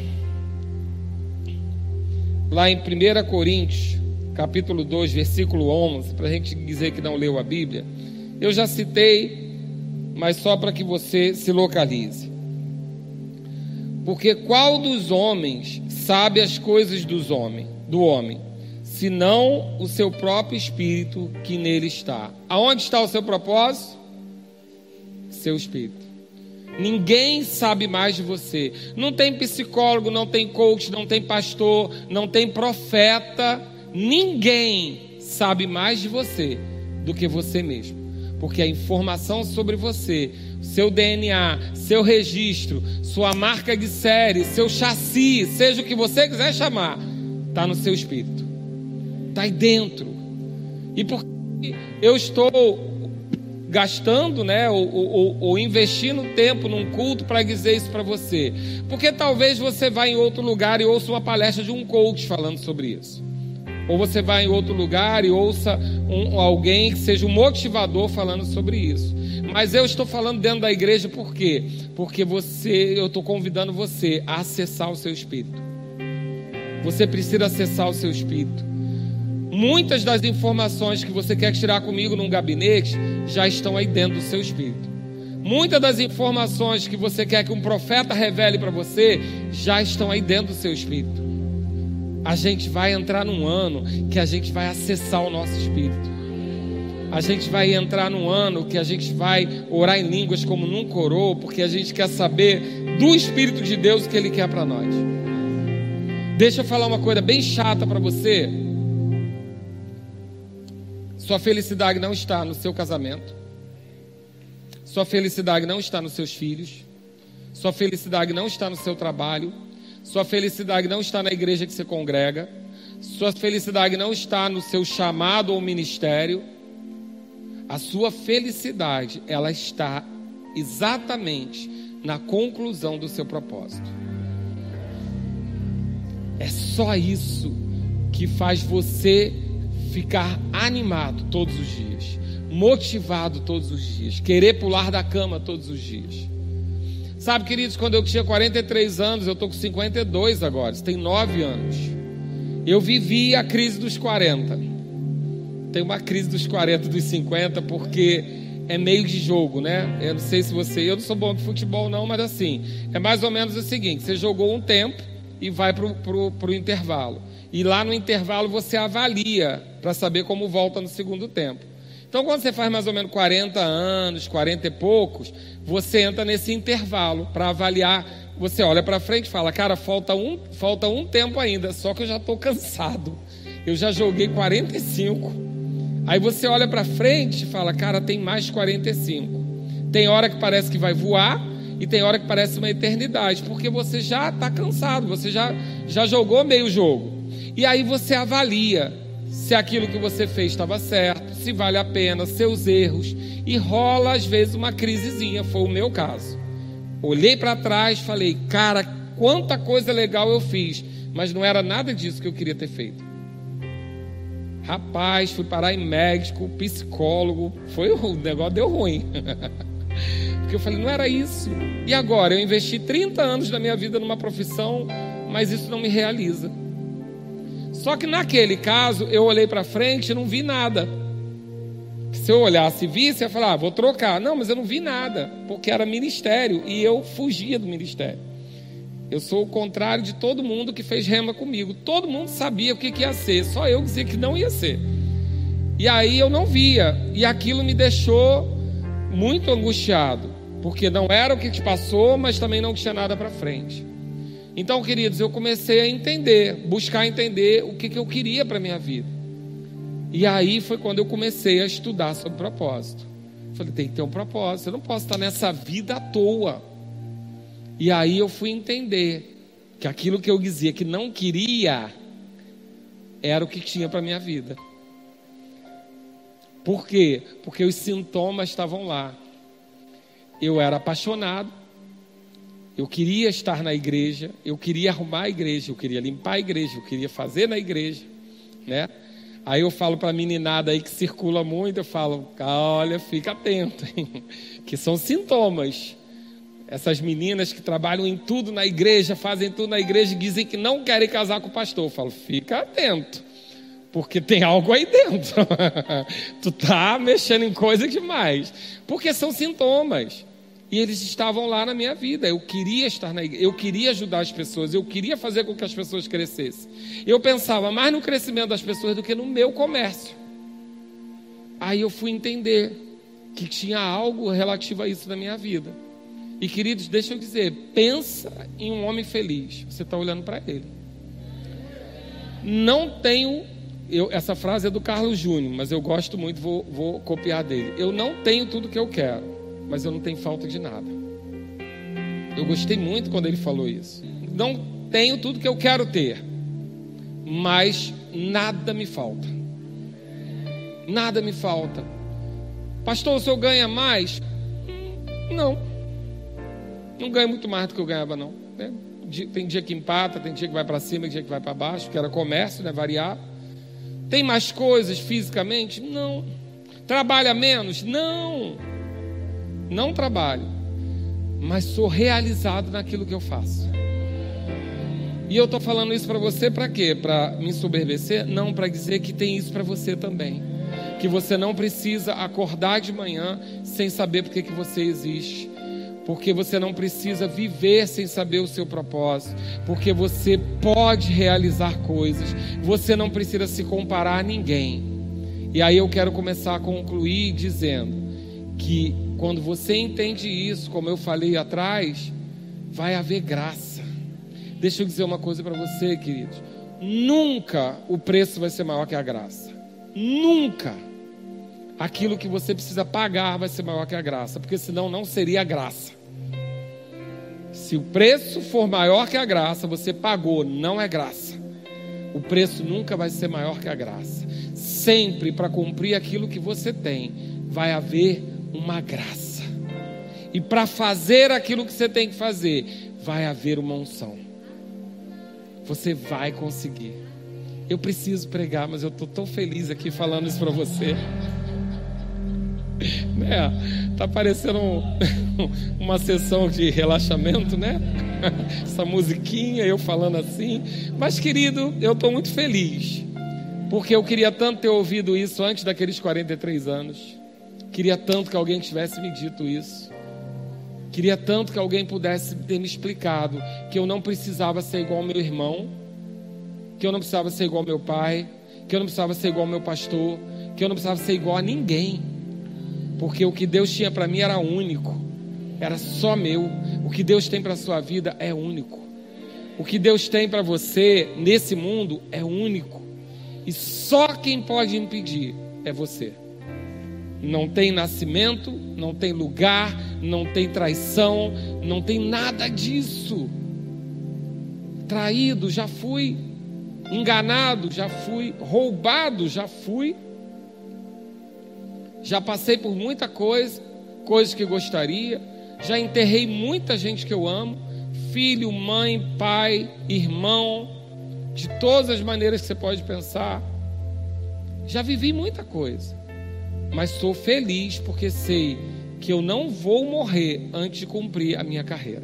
[SPEAKER 2] lá em primeira Coríntios, capítulo dois, versículo onze, para a gente dizer que não leu a Bíblia. Eu já citei, mas só para que você se localize. Porque qual dos homens sabe as coisas dos homens, do homem, senão o seu próprio espírito que nele está? Aonde está o seu propósito? Seu espírito. Ninguém sabe mais de você. Não tem psicólogo, não tem coach, não tem pastor, não tem profeta. Ninguém sabe mais de você do que você mesmo. Porque a informação sobre você, seu D N A, seu registro, sua marca de série, seu chassi, seja o que você quiser chamar, está no seu espírito. Está aí dentro. E por que eu estou gastando, né, ou, ou, ou investindo tempo num culto para dizer isso para você? Porque talvez você vá em outro lugar e ouça uma palestra de um coach falando sobre isso. Ou você vai em outro lugar e ouça um, alguém que seja um motivador falando sobre isso. Mas eu estou falando dentro da igreja por quê? Porque você, eu estou convidando você a acessar o seu espírito. Você precisa acessar o seu espírito. Muitas das informações que você quer tirar comigo num gabinete já estão aí dentro do seu espírito. Muitas das informações que você quer que um profeta revele para você já estão aí dentro do seu espírito. A gente vai entrar num ano que a gente vai acessar o nosso espírito. A gente vai entrar num ano que a gente vai orar em línguas como nunca orou, porque a gente quer saber do Espírito de Deus o que Ele quer para nós. Deixa eu falar uma coisa bem chata para você. Sua felicidade não está no seu casamento. Sua felicidade não está nos seus filhos. Sua felicidade não está no seu trabalho. Sua felicidade não está na igreja que você congrega. Sua felicidade não está no seu chamado ou ministério. A sua felicidade, ela está exatamente na conclusão do seu propósito. É só isso que faz você ficar animado todos os dias, motivado todos os dias, querer pular da cama todos os dias. Sabe, queridos, quando eu tinha quarenta e três anos, eu estou com cinquenta e dois agora, isso tem nove anos. Eu vivi a crise dos quarenta. Tem uma crise dos quarenta, dos cinquenta, porque é meio de jogo, né? Eu não sei se você... Eu não sou bom de futebol não, mas assim, é mais ou menos o seguinte: você jogou um tempo e vai para o intervalo. E lá no intervalo você avalia para saber como volta no segundo tempo. Então, quando você faz mais ou menos quarenta anos, quarenta e poucos, você entra nesse intervalo para avaliar. Você olha para frente e fala: cara, falta um, falta um tempo ainda, só que eu já estou cansado. Eu já joguei quarenta e cinco. Aí você olha para frente e fala: cara, tem mais quarenta e cinco. Tem hora que parece que vai voar e tem hora que parece uma eternidade, porque você já está cansado, você já, já jogou meio jogo. E aí você avalia se aquilo que você fez estava certo, se vale a pena, seus erros, e rola às vezes uma crisezinha. Foi o meu caso. Olhei para trás e falei: cara, quanta coisa legal eu fiz, mas não era nada disso que eu queria ter feito. Rapaz, fui parar em médico, psicólogo, foi, o negócio deu ruim. Porque eu falei: não era isso. E agora? Eu investi trinta anos da minha vida numa profissão, mas isso não me realiza. Só que naquele caso, eu olhei para frente e não vi nada. Se eu olhasse e visse, eu ia falar: ah, vou trocar. Não, mas eu não vi nada, porque era ministério e eu fugia do ministério. Eu sou o contrário de todo mundo que fez rema comigo. Todo mundo sabia o que, que ia ser, só eu dizia que não ia ser. E aí eu não via, e aquilo me deixou muito angustiado, porque não era o que te passou, mas também não tinha nada para frente. Então, queridos, eu comecei a entender, buscar entender o que, que eu queria para a minha vida. E aí foi quando eu comecei a estudar sobre propósito. Falei, tem que ter um propósito, eu não posso estar nessa vida à toa. E aí eu fui entender que aquilo que eu dizia que não queria era o que tinha para a minha vida. Por quê? Porque os sintomas estavam lá. Eu era apaixonado, eu queria estar na igreja, eu queria arrumar a igreja, eu queria limpar a igreja, eu queria fazer na igreja, né? Aí eu falo para a meninada aí que circula muito, eu falo, olha, fica atento, hein? Que são sintomas. Essas meninas que trabalham em tudo na igreja, fazem tudo na igreja e dizem que não querem casar com o pastor. Eu falo, fica atento, porque tem algo aí dentro. Tu tá mexendo em coisa demais. Porque são sintomas. E eles estavam lá na minha vida. Eu queria estar na igreja, eu queria ajudar as pessoas, eu queria fazer com que as pessoas crescessem. Eu pensava mais no crescimento das pessoas do que no meu comércio. Aí eu fui entender que tinha algo relativo a isso na minha vida. E queridos, deixa eu dizer, pensa em um homem feliz. Você está olhando para ele. Não tenho, eu, essa frase é do Carlos Júnior, mas eu gosto muito, vou, vou copiar dele. Eu não tenho tudo que eu quero, mas eu não tenho falta de nada. Eu gostei muito quando ele falou isso. Não tenho tudo que eu quero ter, mas nada me falta. Nada me falta. Pastor, o senhor ganha mais? Não. Não ganho muito mais do que eu ganhava, não. Tem dia que empata, tem dia que vai para cima, tem dia que vai para baixo, que era comércio, né? Variar. Tem mais coisas fisicamente? Não. Trabalha menos? Não. Não trabalho, mas sou realizado naquilo que eu faço. E eu estou falando isso para você para quê? Para me ensoberbecer? Não, para dizer que tem isso para você também. Que você não precisa acordar de manhã sem saber por que que você existe. Porque você não precisa viver sem saber o seu propósito. Porque você pode realizar coisas. Você não precisa se comparar a ninguém. E aí eu quero começar a concluir dizendo que quando você entende isso, como eu falei atrás, vai haver graça. Deixa eu dizer uma coisa para você, queridos. Nunca o preço vai ser maior que a graça. Nunca. Aquilo que você precisa pagar vai ser maior que a graça. Porque senão não seria graça. Se o preço for maior que a graça, você pagou, não é graça. O preço nunca vai ser maior que a graça. Sempre para cumprir aquilo que você tem, vai haver uma graça. E para fazer aquilo que você tem que fazer, vai haver uma unção. Você vai conseguir. Eu preciso pregar, mas eu estou tão feliz aqui falando isso para você. É, tá parecendo um, uma sessão de relaxamento, né? Essa musiquinha, eu falando assim. Mas, querido, eu estou muito feliz, porque eu queria tanto ter ouvido isso antes daqueles quarenta e três anos. Queria tanto que alguém tivesse me dito isso. Queria tanto que alguém pudesse ter me explicado que eu não precisava ser igual ao meu irmão, que eu não precisava ser igual ao meu pai, que eu não precisava ser igual ao meu pastor, que eu não precisava ser igual a ninguém. Porque o que Deus tinha para mim era único, era só meu. O que Deus tem para a sua vida é único. O que Deus tem para você nesse mundo é único. E só quem pode impedir é você. Não tem nascimento, não tem lugar, não tem traição, não tem nada disso. Traído, já fui. Enganado, já fui. Roubado, já fui. Já passei por muita coisa, coisas que gostaria. Já enterrei muita gente que eu amo. Filho, mãe, pai, irmão, de todas as maneiras que você pode pensar. Já vivi muita coisa. Mas sou feliz porque sei que eu não vou morrer antes de cumprir a minha carreira.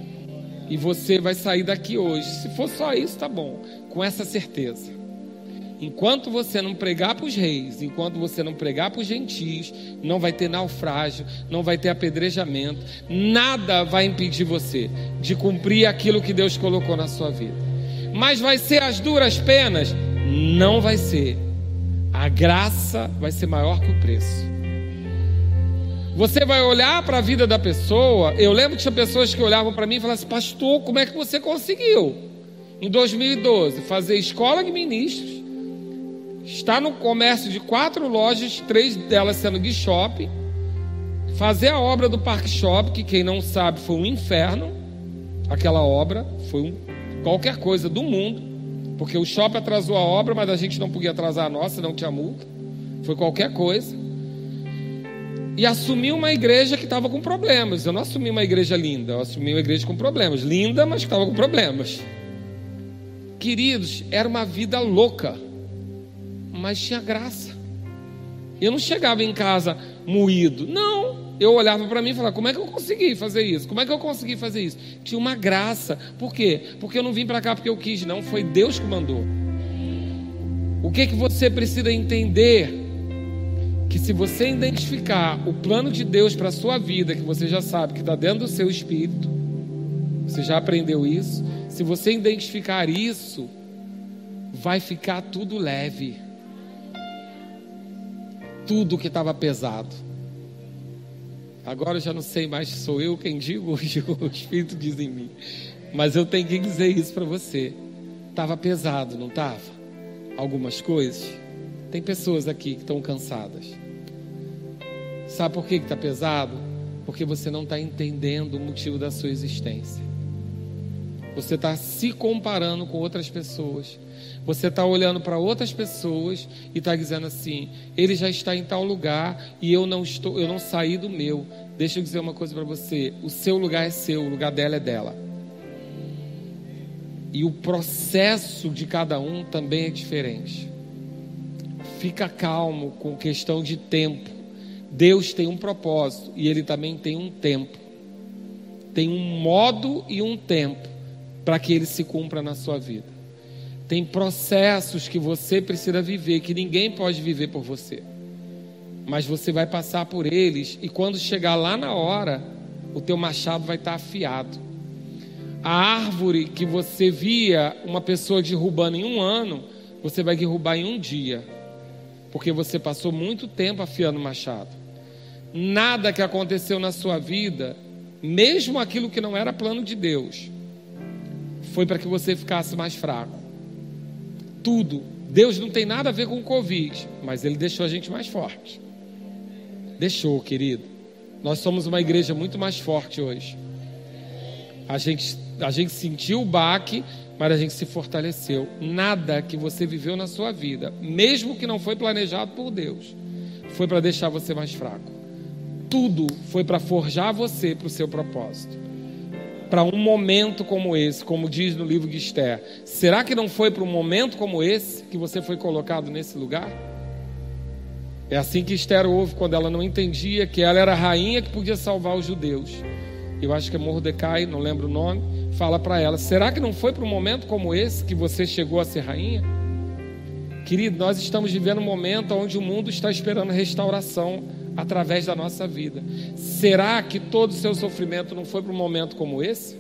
[SPEAKER 2] E você vai sair daqui hoje. Se for só isso, tá bom. Com essa certeza. Enquanto você não pregar para os reis, enquanto você não pregar para os gentios, não vai ter naufrágio, não vai ter apedrejamento, nada vai impedir você de cumprir aquilo que Deus colocou na sua vida. Mas vai ser as duras penas? Não vai ser. A graça vai ser maior que o preço. Você vai olhar para a vida da pessoa. Eu lembro que tinha pessoas que olhavam para mim e falavam assim: pastor, como é que você conseguiu em dois mil e doze fazer escola de ministros, estar no comércio de quatro lojas, três delas sendo de shopping, fazer a obra do Parque Shopping, que quem não sabe foi um inferno. Aquela obra foi um, qualquer coisa do mundo, porque o shopping atrasou a obra, mas a gente não podia atrasar a nossa, não tinha multa. Foi qualquer coisa. E assumi uma igreja que estava com problemas. Eu não assumi uma igreja linda, eu assumi uma igreja com problemas. Linda, mas que estava com problemas. Queridos, era uma vida louca, mas tinha graça. Eu não chegava em casa moído. Não, eu olhava para mim e falava: como é que eu consegui fazer isso? Como é que eu consegui fazer isso? Tinha uma graça. Por quê? Porque eu não vim para cá porque eu quis, não. Foi Deus que mandou. O que que você precisa entender? Que se você identificar o plano de Deus para a sua vida, que você já sabe que está dentro do seu espírito, você já aprendeu isso. Se você identificar isso, vai ficar tudo leve. Tudo que estava pesado. Agora eu já não sei mais se sou eu quem digo, hoje o Espírito diz em mim. Mas eu tenho que dizer isso para você. Estava pesado, não estava? Algumas coisas. Tem pessoas aqui que estão cansadas. Sabe por que está pesado? Porque você não está entendendo o motivo da sua existência. Você está se comparando com outras pessoas. Você está olhando para outras pessoas e está dizendo assim: ele já está em tal lugar e eu não estou, eu não saí do meu. Deixa eu dizer uma coisa para você: o seu lugar é seu, o lugar dela é dela. E o processo de cada um também é diferente. Fica calmo com questão de tempo. Deus tem um propósito e Ele também tem um tempo. Tem um modo e um tempo para que Ele se cumpra na sua vida. Tem processos que você precisa viver, que ninguém pode viver por você. Mas você vai passar por eles e quando chegar lá na hora, o teu machado vai estar afiado. A árvore que você via uma pessoa derrubando em um ano, você vai derrubar em um dia. Porque você passou muito tempo afiando o machado. Nada que aconteceu na sua vida, mesmo aquilo que não era plano de Deus, foi para que você ficasse mais fraco. Tudo. Deus não tem nada a ver com o Covid, mas Ele deixou a gente mais forte. Deixou, querido. Nós somos uma igreja muito mais forte hoje. A gente, a gente sentiu o baque, mas a gente se fortaleceu. Nada que você viveu na sua vida, mesmo que não foi planejado por Deus, foi para deixar você mais fraco. Tudo foi para forjar você para o seu propósito. Para um momento como esse, como diz no livro de Esther. Será que não foi para um momento como esse que você foi colocado nesse lugar? É assim que Esther ouve quando ela não entendia que ela era a rainha que podia salvar os judeus. Eu acho que é Mordecai, não lembro o nome, fala para ela: será que não foi para um momento como esse que você chegou a ser rainha? Querido, nós estamos vivendo um momento onde o mundo está esperando restauração através da nossa vida. Será que todo o seu sofrimento não foi para um momento como esse?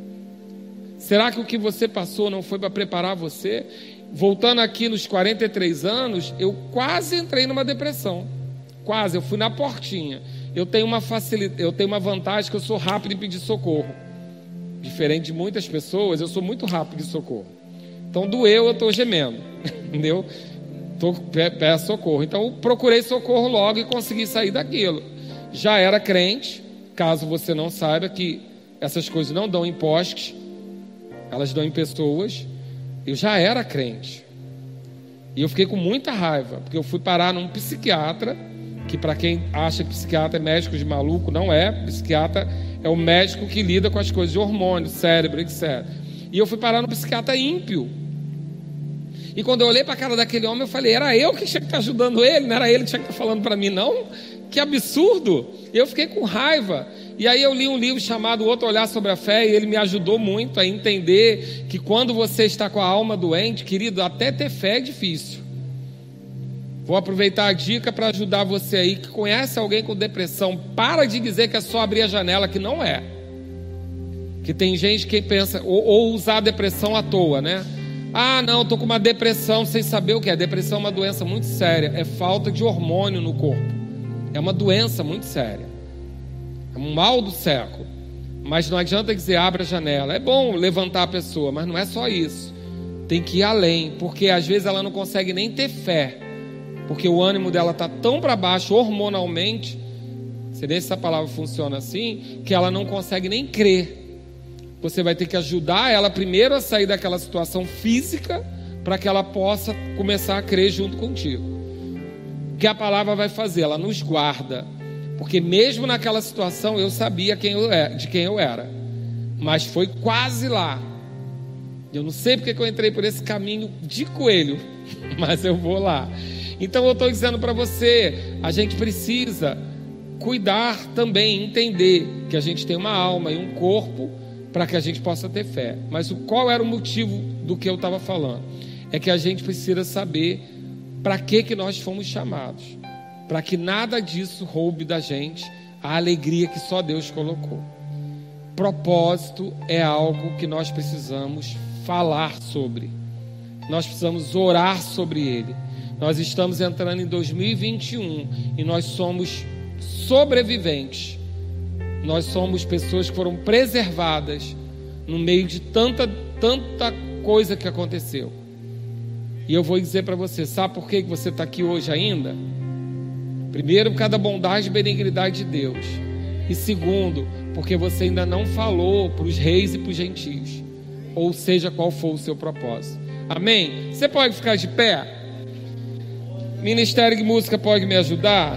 [SPEAKER 2] Será que o que você passou não foi para preparar você? Voltando aqui nos quarenta e três anos, eu quase entrei numa depressão. Quase, eu fui na portinha. Eu tenho uma facilidade, eu tenho uma vantagem que eu sou rápido em pedir socorro. Diferente de muitas pessoas, eu sou muito rápido de socorro. Então doeu, eu estou gemendo, entendeu? Tô, peço socorro. Então eu procurei socorro logo e consegui sair daquilo. Já era crente, caso você não saiba que essas coisas não dão em postes, elas dão em pessoas. Eu já era crente. E eu fiquei com muita raiva, porque eu fui parar num psiquiatra, que para quem acha que psiquiatra é médico de maluco, não é. Psiquiatra é o médico que lida com as coisas de hormônio, cérebro, etcétera. E eu fui parar num psiquiatra ímpio. E quando eu olhei para a cara daquele homem, eu falei: era eu que tinha que estar ajudando ele, não era ele que tinha que estar falando para mim, não? Que absurdo! Eu fiquei com raiva. E aí eu li um livro chamado Outro Olhar sobre a Fé, e ele me ajudou muito a entender que quando você está com a alma doente, querido, até ter fé é difícil. Vou aproveitar a dica para ajudar você aí que conhece alguém com depressão. Para de dizer que é só abrir a janela, que não é. Que tem gente que pensa, ou, ou usar a depressão à toa, né? Ah, não, estou com uma depressão sem saber o que é. Depressão é uma doença muito séria. É falta de hormônio no corpo. É uma doença muito séria. É um mal do século. Mas não adianta dizer abre a janela. É bom levantar a pessoa, mas não é só isso. Tem que ir além, porque às vezes ela não consegue nem ter fé. Porque o ânimo dela está tão para baixo hormonalmente, se essa palavra funciona assim, que ela não consegue nem crer. Você vai ter que ajudar ela primeiro a sair daquela situação física, para que ela possa começar a crer junto contigo. O que a palavra vai fazer? Ela nos guarda. Porque mesmo naquela situação eu sabia quem eu era, de quem eu era. Mas foi quase lá. Eu não sei porque que eu entrei por esse caminho de coelho, mas eu vou lá. Então eu estou dizendo para você, a gente precisa cuidar também, entender que a gente tem uma alma e um corpo para que a gente possa ter fé. Mas o, qual era o motivo do que eu estava falando? É que a gente precisa saber para que, que nós fomos chamados. Para que nada disso roube da gente a alegria que só Deus colocou. Propósito é algo que nós precisamos falar sobre. Nós precisamos orar sobre ele. Nós estamos entrando em dois mil e vinte e um e nós somos sobreviventes. Nós somos pessoas que foram preservadas no meio de tanta, tanta coisa que aconteceu. E eu vou dizer para você, sabe por que você está aqui hoje ainda? Primeiro, por causa da bondade e benignidade de Deus. E segundo, porque você ainda não falou para os reis e para os gentios. Ou seja, qual for o seu propósito. Amém? Você pode ficar de pé? Ministério de Música pode me ajudar?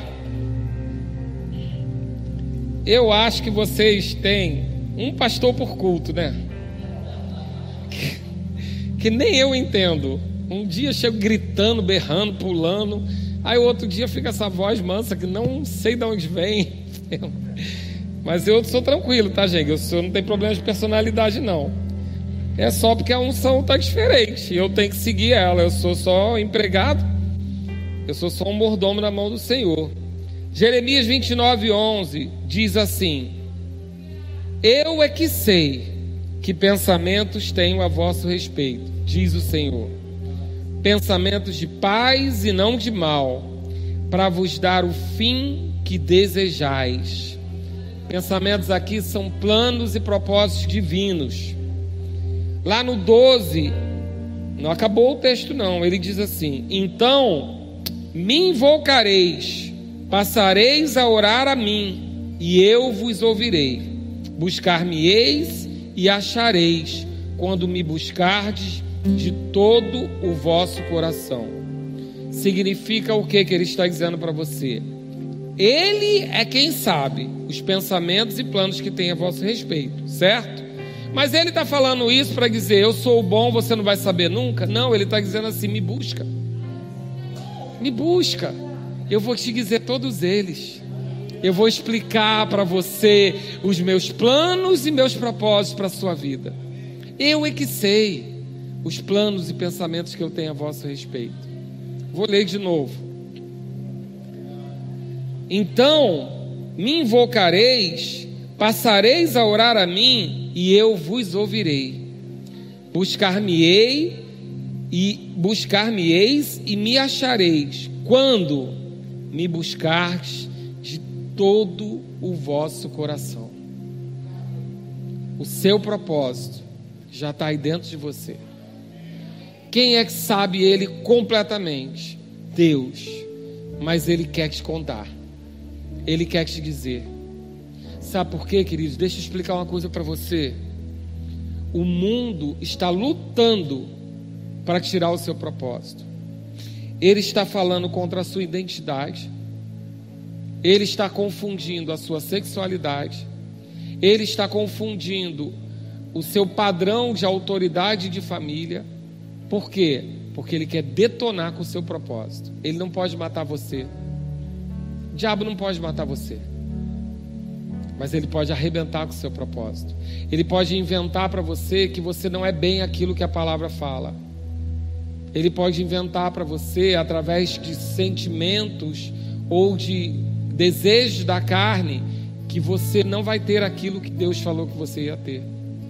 [SPEAKER 2] Eu acho que vocês têm um pastor por culto, né? Que, que nem eu entendo. Um dia eu chego gritando, berrando, pulando. Aí o outro dia fica essa voz mansa que não sei de onde vem. Mas eu sou tranquilo, tá, gente? Eu sou, não tenho problema de personalidade, não. É só porque a unção está diferente. Eu tenho que seguir ela. Eu sou só empregado. Eu sou só um mordomo na mão do Senhor. Jeremias vinte e nove, onze diz assim: eu é que sei que pensamentos tenho a vosso respeito, diz o Senhor, pensamentos de paz e não de mal, para vos dar o fim que desejais. Pensamentos aqui são planos e propósitos divinos. Lá no doze, não acabou o texto não, ele diz assim: então me invocareis, passareis a orar a mim, e eu vos ouvirei. Buscar-me-eis e achareis, quando me buscardes de todo o vosso coração. Significa o que que ele está dizendo para você? Ele é quem sabe os pensamentos e planos que tem a vosso respeito, certo? Mas ele está falando isso para dizer, eu sou o bom, você não vai saber nunca? Não, ele está dizendo assim, me busca. Me busca, eu vou te dizer todos eles. Eu vou explicar para você os meus planos e meus propósitos para a sua vida. Eu é que sei os planos e pensamentos que eu tenho a vosso respeito. Vou ler de novo. Então me invocareis, passareis a orar a mim, e eu vos ouvirei. Buscar-me-ei e buscar-me-eis e me achareis, quando me buscardes de todo o vosso coração. O seu propósito já está aí dentro de você. Quem é que sabe ele completamente? Deus. Mas ele quer te contar, ele quer te dizer. Sabe por quê, queridos? Deixa eu explicar uma coisa para você. O mundo está lutando para tirar o seu propósito. Ele está falando contra a sua identidade. Ele está confundindo a sua sexualidade. Ele está confundindo o seu padrão de autoridade e de família. Por quê? Porque ele quer detonar com o seu propósito. Ele não pode matar você. O diabo não pode matar você. Mas ele pode arrebentar com o seu propósito. Ele pode inventar para você que você não é bem aquilo que a palavra fala. Ele pode inventar para você, através de sentimentos ou de desejos da carne, que você não vai ter aquilo que Deus falou que você ia ter.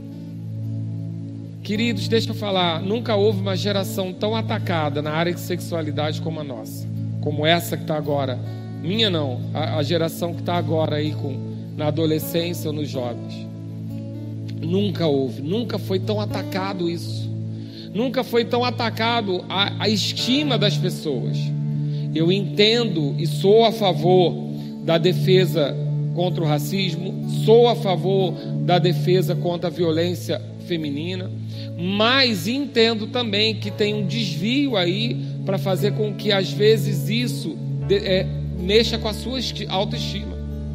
[SPEAKER 2] Queridos, deixa eu falar, nunca houve uma geração tão atacada na área de sexualidade como a nossa, como essa que está agora. Minha não, a, a geração que está agora aí com, na adolescência ou nos jovens. Nunca houve, nunca foi tão atacado isso. Nunca foi tão atacado a, a estima das pessoas. Eu entendo e sou a favor da defesa contra o racismo, sou a favor da defesa contra a violência feminina, mas entendo também que tem um desvio aí para fazer com que às vezes isso de, é, mexa com a sua autoestima.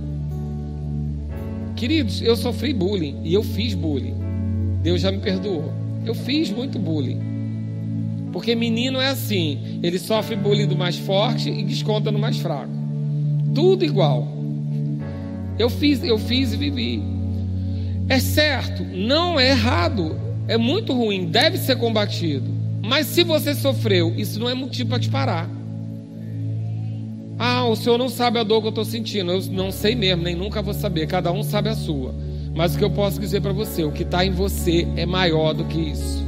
[SPEAKER 2] Queridos, eu sofri bullying e eu fiz bullying. Deus já me perdoou. Eu fiz muito bullying. Porque menino é assim, ele sofre bullying do mais forte e desconta no mais fraco. Tudo igual. Eu fiz, eu fiz e vivi. É certo, não é errado, é muito ruim, deve ser combatido. Mas se você sofreu, isso não é motivo para te parar. Ah, o senhor não sabe a dor que eu estou sentindo. Eu não sei mesmo, nem nunca vou saber. Cada um sabe a sua. Mas o que eu posso dizer para você, o que está em você é maior do que isso.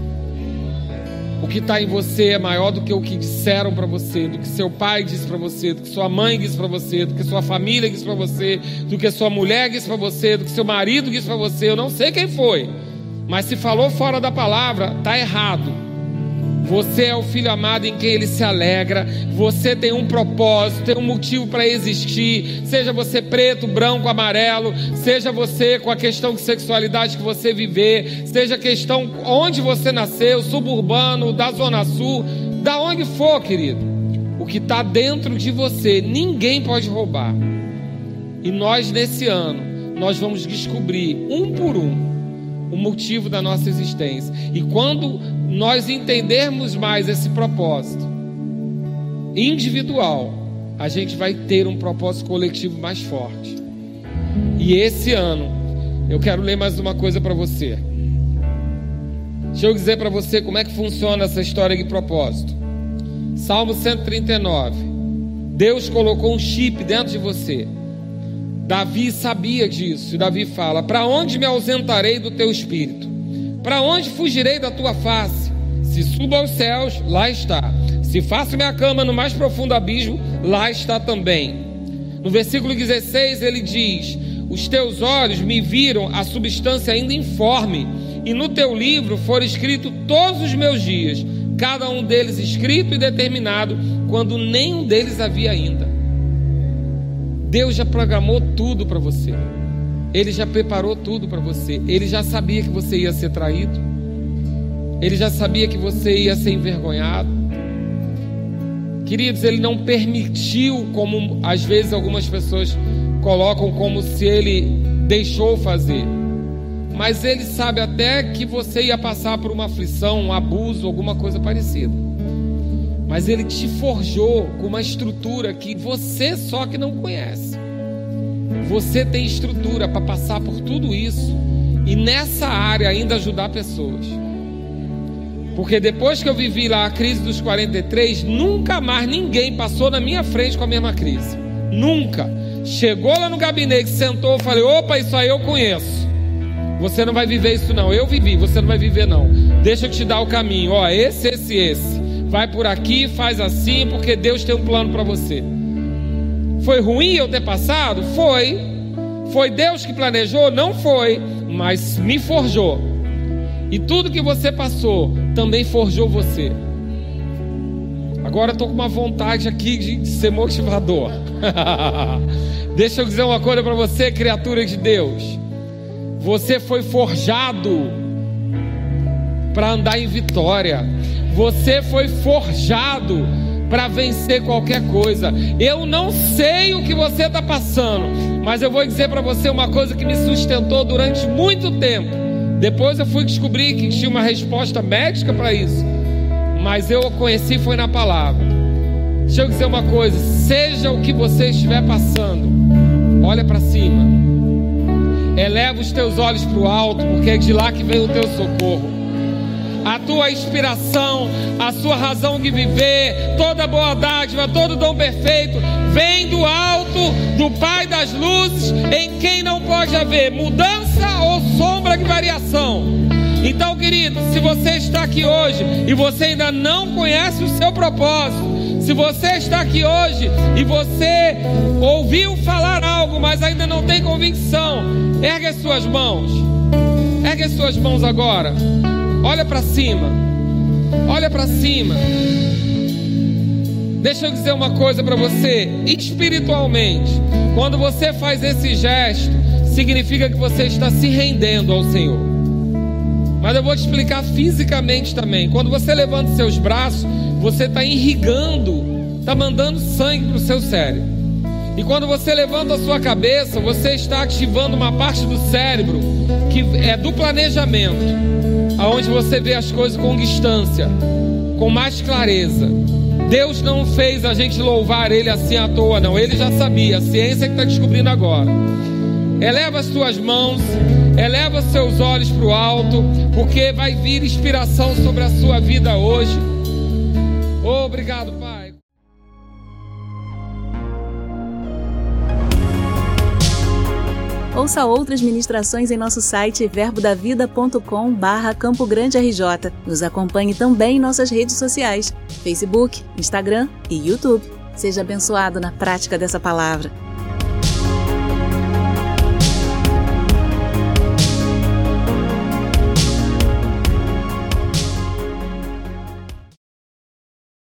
[SPEAKER 2] O que está em você é maior do que o que disseram para você, do que seu pai disse para você, do que sua mãe disse para você, do que sua família disse para você, do que sua mulher disse para você, do que seu marido disse para você. Eu não sei quem foi, mas se falou fora da palavra, está errado. Você é o filho amado em quem ele se alegra. Você tem um propósito, tem um motivo para existir. Seja você preto, branco, amarelo, seja você com a questão de sexualidade que você viver, seja a questão onde você nasceu, suburbano, da zona sul, da onde for, querido. O que está dentro de você, ninguém pode roubar. E nós nesse ano, nós vamos descobrir um por um o motivo da nossa existência. E quando nós entendermos mais esse propósito individual, a gente vai ter um propósito coletivo mais forte. E esse ano, eu quero ler mais uma coisa para você. Deixa eu dizer para você como é que funciona essa história de propósito. Salmo cento e trinta e nove. Deus colocou um chip dentro de você. Davi sabia disso, e Davi fala: para onde me ausentarei do teu espírito? Para onde fugirei da tua face? Se subo aos céus, lá está. Se faço minha cama no mais profundo abismo, lá está também. No versículo dezesseis ele diz: os teus olhos me viram a substância ainda informe, e no teu livro foram escritos todos os meus dias, cada um deles escrito e determinado, quando nenhum deles havia ainda. Deus já programou tudo para você. Ele já preparou tudo para você. Ele já sabia que você ia ser traído. Ele já sabia que você ia ser envergonhado. Queridos, Ele não permitiu, como às vezes algumas pessoas colocam, como se Ele deixou fazer. Mas Ele sabe até que você ia passar por uma aflição, um abuso, alguma coisa parecida. Mas Ele te forjou com uma estrutura que você só que não conhece. Você tem estrutura para passar por tudo isso e nessa área ainda ajudar pessoas. Porque depois que eu vivi lá a crise dos quarenta e três, nunca mais ninguém passou na minha frente com a mesma crise. Nunca. Chegou lá no gabinete, sentou, eu falei: opa, isso aí eu conheço. Você não vai viver isso não. Eu vivi, você não vai viver não. Deixa eu te dar o caminho. Ó, esse, esse, esse. Vai por aqui, faz assim, porque Deus tem um plano para você. Foi ruim eu ter passado? Foi. Foi Deus que planejou? Não foi. Mas me forjou. E tudo que você passou também forjou você. Agora eu estou com uma vontade aqui de ser motivador. Deixa eu dizer uma coisa para você, criatura de Deus. Você foi forjado para andar em vitória. Você foi forjado para vencer qualquer coisa. Eu não sei o que você está passando, mas eu vou dizer para você uma coisa que me sustentou durante muito tempo. Depois eu fui descobrir que tinha uma resposta médica para isso, mas eu conheci foi na palavra. Deixa eu dizer uma coisa: seja o que você estiver passando, olha para cima, eleva os teus olhos para o alto, porque é de lá que vem o teu socorro. a tua inspiração, a sua razão de viver, toda boa dádiva, todo dom perfeito, vem do alto, do Pai das luzes, em quem não pode haver mudança ou sombra de variação. Então, querido, se você está aqui hoje e você ainda não conhece o seu propósito, se você está aqui hoje e você ouviu falar algo, mas ainda não tem convicção, ergue as suas mãos. Ergue as suas mãos agora. Olha para cima. Olha para cima. Deixa eu dizer uma coisa para você. Espiritualmente, quando você faz esse gesto, significa que você está se rendendo ao Senhor. Mas eu vou te explicar fisicamente também. Quando você levanta seus braços, você está irrigando, está mandando sangue para o seu cérebro. E quando você levanta a sua cabeça, você está ativando uma parte do cérebro que é do planejamento, aonde você vê as coisas com distância, com mais clareza. Deus não fez a gente louvar Ele assim à toa, não. Ele já sabia, a ciência que está descobrindo agora. Eleva as suas mãos, eleva os seus olhos para o alto, porque vai vir inspiração sobre a sua vida hoje. Oh, obrigado, Pai.
[SPEAKER 1] Ouça outras ministrações em nosso site verbo da vida ponto com barra Campo Grande R J. Nos acompanhe também em nossas redes sociais, Facebook, Instagram e YouTube. Seja abençoado na prática dessa palavra.